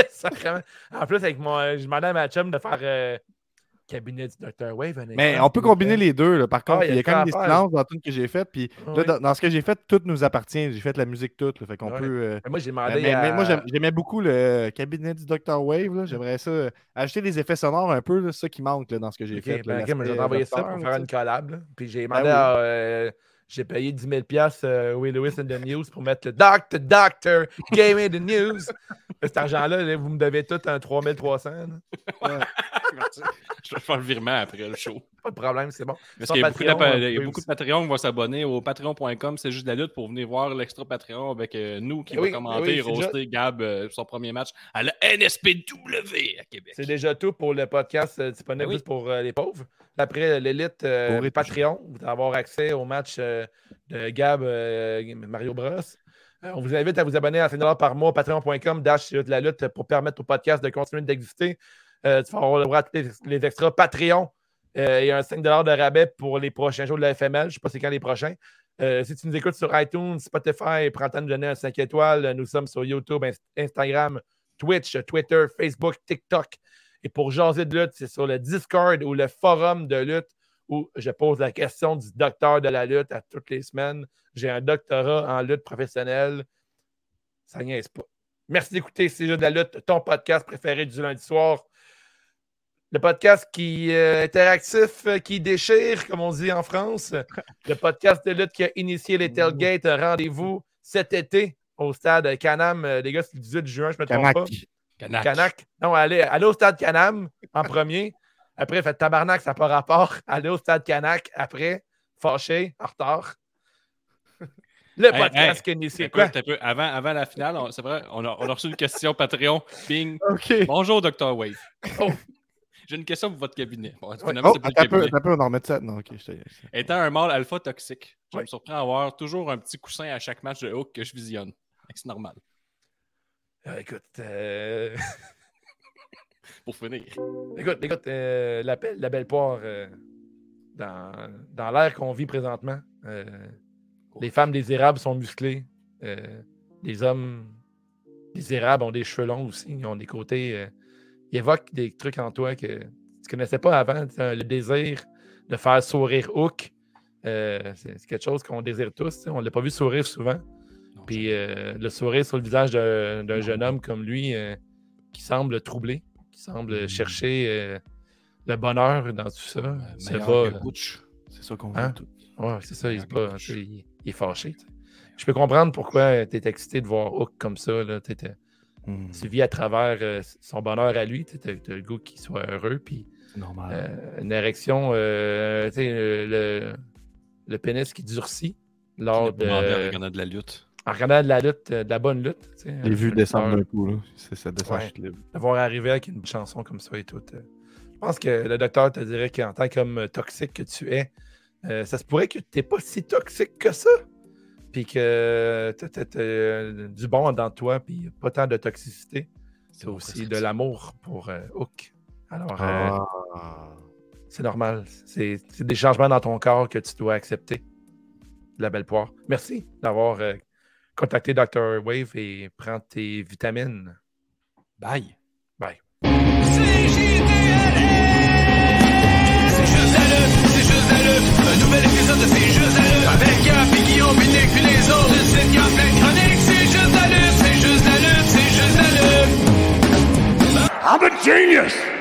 [SPEAKER 3] En plus, avec mon, je demandais à ma chum de faire euh, cabinet du docteur Wave. un
[SPEAKER 2] Mais
[SPEAKER 3] écran,
[SPEAKER 2] on peut
[SPEAKER 3] s'il vous
[SPEAKER 2] combiner
[SPEAKER 3] plaît.
[SPEAKER 2] les deux. Là. Par contre,
[SPEAKER 3] Ah, il y
[SPEAKER 2] il y
[SPEAKER 3] a
[SPEAKER 2] a quand même
[SPEAKER 3] de
[SPEAKER 2] des
[SPEAKER 3] quoi à faire.
[SPEAKER 2] silences dans tout ce que j'ai fait. Puis
[SPEAKER 3] Ah
[SPEAKER 2] là,
[SPEAKER 3] oui.
[SPEAKER 2] dans, dans ce que j'ai fait, tout nous appartient. J'ai fait la musique toute. Là, fait qu'on
[SPEAKER 3] Ouais.
[SPEAKER 2] peut. euh,
[SPEAKER 3] Mais moi, j'ai
[SPEAKER 2] mais,
[SPEAKER 3] demandé
[SPEAKER 2] mais-
[SPEAKER 3] à...
[SPEAKER 2] mais moi, j'aime- j'aimais beaucoup le cabinet du docteur Wave. là. J'aimerais ça. euh, ajouter des effets sonores un peu. là, ça qui manque là, dans ce que j'ai
[SPEAKER 3] Ok,
[SPEAKER 2] fait.
[SPEAKER 3] ben,
[SPEAKER 2] là,
[SPEAKER 3] ok, mais je vais
[SPEAKER 2] l'aspect
[SPEAKER 3] t'envoyer ça
[SPEAKER 2] docteur,
[SPEAKER 3] pour
[SPEAKER 2] là,
[SPEAKER 3] faire
[SPEAKER 2] tu
[SPEAKER 3] une
[SPEAKER 2] sais.
[SPEAKER 3] collab. là. Puis j'ai
[SPEAKER 2] Ben
[SPEAKER 3] demandé
[SPEAKER 2] oui.
[SPEAKER 3] à... euh, j'ai payé dix mille dollars euh, Will Lewis and the News pour mettre le Doctor, Doctor, Game in the News. Cet argent-là, là, vous me devez tout un trois mille trois cents. là.
[SPEAKER 1] Je vais faire le virement après le show.
[SPEAKER 3] Pas de problème, c'est bon.
[SPEAKER 1] Parce
[SPEAKER 3] Sur
[SPEAKER 1] qu'il y a beaucoup,
[SPEAKER 3] Patreon,
[SPEAKER 1] d'appa-
[SPEAKER 3] vous
[SPEAKER 1] il y a
[SPEAKER 3] pouvez
[SPEAKER 1] beaucoup de
[SPEAKER 3] aussi-
[SPEAKER 1] Patreons qui vont s'abonner au patreon point com, c'est juste de la lutte pour venir voir l'extra Patreon avec euh, nous qui
[SPEAKER 3] Eh
[SPEAKER 1] va
[SPEAKER 3] oui,
[SPEAKER 1] commenter
[SPEAKER 3] eh
[SPEAKER 1] et
[SPEAKER 3] oui, c'est
[SPEAKER 1] roaster Gab euh, son premier match à la N S P W à Québec.
[SPEAKER 3] C'est déjà tout pour le podcast euh, disponible
[SPEAKER 1] Ben oui.
[SPEAKER 3] juste pour euh, les pauvres. Après l'élite euh,
[SPEAKER 2] Pour les
[SPEAKER 3] Patreon, vous allez avoir accès au match euh, de Gab euh, Mario Bros. Euh, on vous invite à vous abonner à cinq dollars par mois, patreon point com, dash de la lutte pour permettre au podcast de continuer d'exister. Euh, tu vas avoir le droit à tous les, les extras Patreon euh, et un cinq dollars de rabais pour les prochains jours de la F M L. Je ne sais pas c'est quand les prochains. Euh, si tu nous écoutes sur iTunes, Spotify, prends le temps de nous donner un cinq étoiles. Nous sommes sur YouTube, Inst- Instagram, Twitch, Twitter, Facebook, TikTok. Et pour jaser de lutte, c'est sur le Discord ou le forum de lutte où je pose la question du docteur de la lutte à toutes les semaines. J'ai un doctorat en lutte professionnelle. Ça niaise pas. Merci d'écouter C'est juste de la lutte, ton podcast préféré du lundi soir. Le podcast qui est interactif, euh, qui déchire, comme on dit en France. Le podcast de lutte qui a initié les tailgates. Rendez-vous cet été au stade Canam. Euh, Les gars, c'est le dix-huit juin, je ne me trompe
[SPEAKER 2] Canac.
[SPEAKER 3] pas.
[SPEAKER 1] Canac.
[SPEAKER 3] Canac. Non, allez, allez au stade Canam en premier. Après, faites tabarnak, ça n'a pas rapport. Allez au stade Canac. Après, fâché, en retard. Le
[SPEAKER 1] Hey,
[SPEAKER 3] podcast
[SPEAKER 1] hey,
[SPEAKER 3] qui a initié.
[SPEAKER 1] Écoute,
[SPEAKER 3] Quoi?
[SPEAKER 1] un peu, avant, avant la finale, on- c'est vrai, on a, on a reçu une question Patreon. Bing.
[SPEAKER 2] OK.
[SPEAKER 1] Bonjour, docteur Wave.
[SPEAKER 3] Oh.
[SPEAKER 1] J'ai une question pour votre cabinet. Bon,
[SPEAKER 2] Ouais.
[SPEAKER 1] finalement,
[SPEAKER 2] Oh,
[SPEAKER 1] c'est pas le
[SPEAKER 2] t'as peu,
[SPEAKER 1] cabinet.
[SPEAKER 2] t'as peu, on en remet ça. Non, OK. Je te...
[SPEAKER 1] Étant un mâle alpha toxique, je
[SPEAKER 3] Ouais.
[SPEAKER 1] me surprends à avoir toujours un petit coussin à chaque match de hook que je visionne. C'est normal.
[SPEAKER 3] Euh, écoute, euh...
[SPEAKER 1] Pour finir.
[SPEAKER 3] écoute, écoute euh, la, belle- la belle poire, euh, dans, dans l'ère qu'on vit présentement, euh, les femmes désirables sont musclées. Euh, les hommes désirables ont des cheveux longs aussi. Ils ont des côtés. euh, ils évoquent des trucs en toi que tu ne connaissais pas avant. Tu sais, le désir de faire sourire Hook, euh, c'est c'est quelque chose qu'on désire tous. Tu sais. On ne l'a pas vu sourire souvent.
[SPEAKER 1] Non,
[SPEAKER 3] Puis euh, le sourire sur le visage d'un d'un jeune homme comme lui euh, qui semble troublé, qui semble chercher euh, le bonheur dans tout ça.
[SPEAKER 1] euh,
[SPEAKER 3] Ça
[SPEAKER 1] meilleur
[SPEAKER 3] va.
[SPEAKER 1] que Butch.
[SPEAKER 2] C'est ça qu'on
[SPEAKER 3] Hein?
[SPEAKER 2] veut tout.
[SPEAKER 3] Ouais, c'est ça, il, est
[SPEAKER 1] Meilleur
[SPEAKER 3] pas-
[SPEAKER 1] que
[SPEAKER 3] tu sais, il- il est fâché. tu sais. Je peux comprendre pourquoi tu es excité de voir Hook comme ça. Là. Tu sais,
[SPEAKER 2] Hmm,
[SPEAKER 3] tu vis à travers euh, son bonheur à lui. Tu as le goût qu'il soit heureux. Puis
[SPEAKER 2] c'est normal.
[SPEAKER 3] euh, une érection, euh, tu sais, euh, le, le pénis qui durcit lors
[SPEAKER 1] On
[SPEAKER 3] de,
[SPEAKER 1] a demandé en regardant de la lutte.
[SPEAKER 3] en regardant de la lutte, euh, de la bonne lutte. tu sais,
[SPEAKER 2] J'ai
[SPEAKER 3] euh,
[SPEAKER 2] vu
[SPEAKER 3] le
[SPEAKER 2] descendre
[SPEAKER 3] docteur-
[SPEAKER 2] d'un coup, là. C'est ça, descend
[SPEAKER 3] Ouais.
[SPEAKER 2] chute libre.
[SPEAKER 3] D'avoir arrivé avec une chanson comme ça et tout. euh. Je pense que le docteur te dirait qu'en tant qu'homme toxique que tu es, euh, ça se pourrait que tu n'es pas si toxique que ça. Puis que tu as du bon en dedans de toi, puis pas tant de toxicité. C'est
[SPEAKER 1] bon,
[SPEAKER 3] aussi
[SPEAKER 1] presque
[SPEAKER 3] de
[SPEAKER 1] ça.
[SPEAKER 3] l'amour pour euh, Hook. Alors, euh,
[SPEAKER 2] Ah.
[SPEAKER 3] c'est normal. C'est c'est des changements dans ton corps que tu dois accepter. La belle poire. Merci d'avoir euh, contacté docteur Wave et prendre tes vitamines.
[SPEAKER 1] Bye.
[SPEAKER 3] Bye.
[SPEAKER 4] C'est J D L S. C'est juste la lutte, c'est juste la lutte. Un nouvel épisode de C'est juste la lutte. Avec Gap et Guillaume, puis Nick, puis les autres. Le site qui a plein de chroniques. C'est juste la lutte, c'est juste la lutte, c'est juste la lutte.
[SPEAKER 7] I'm a genius!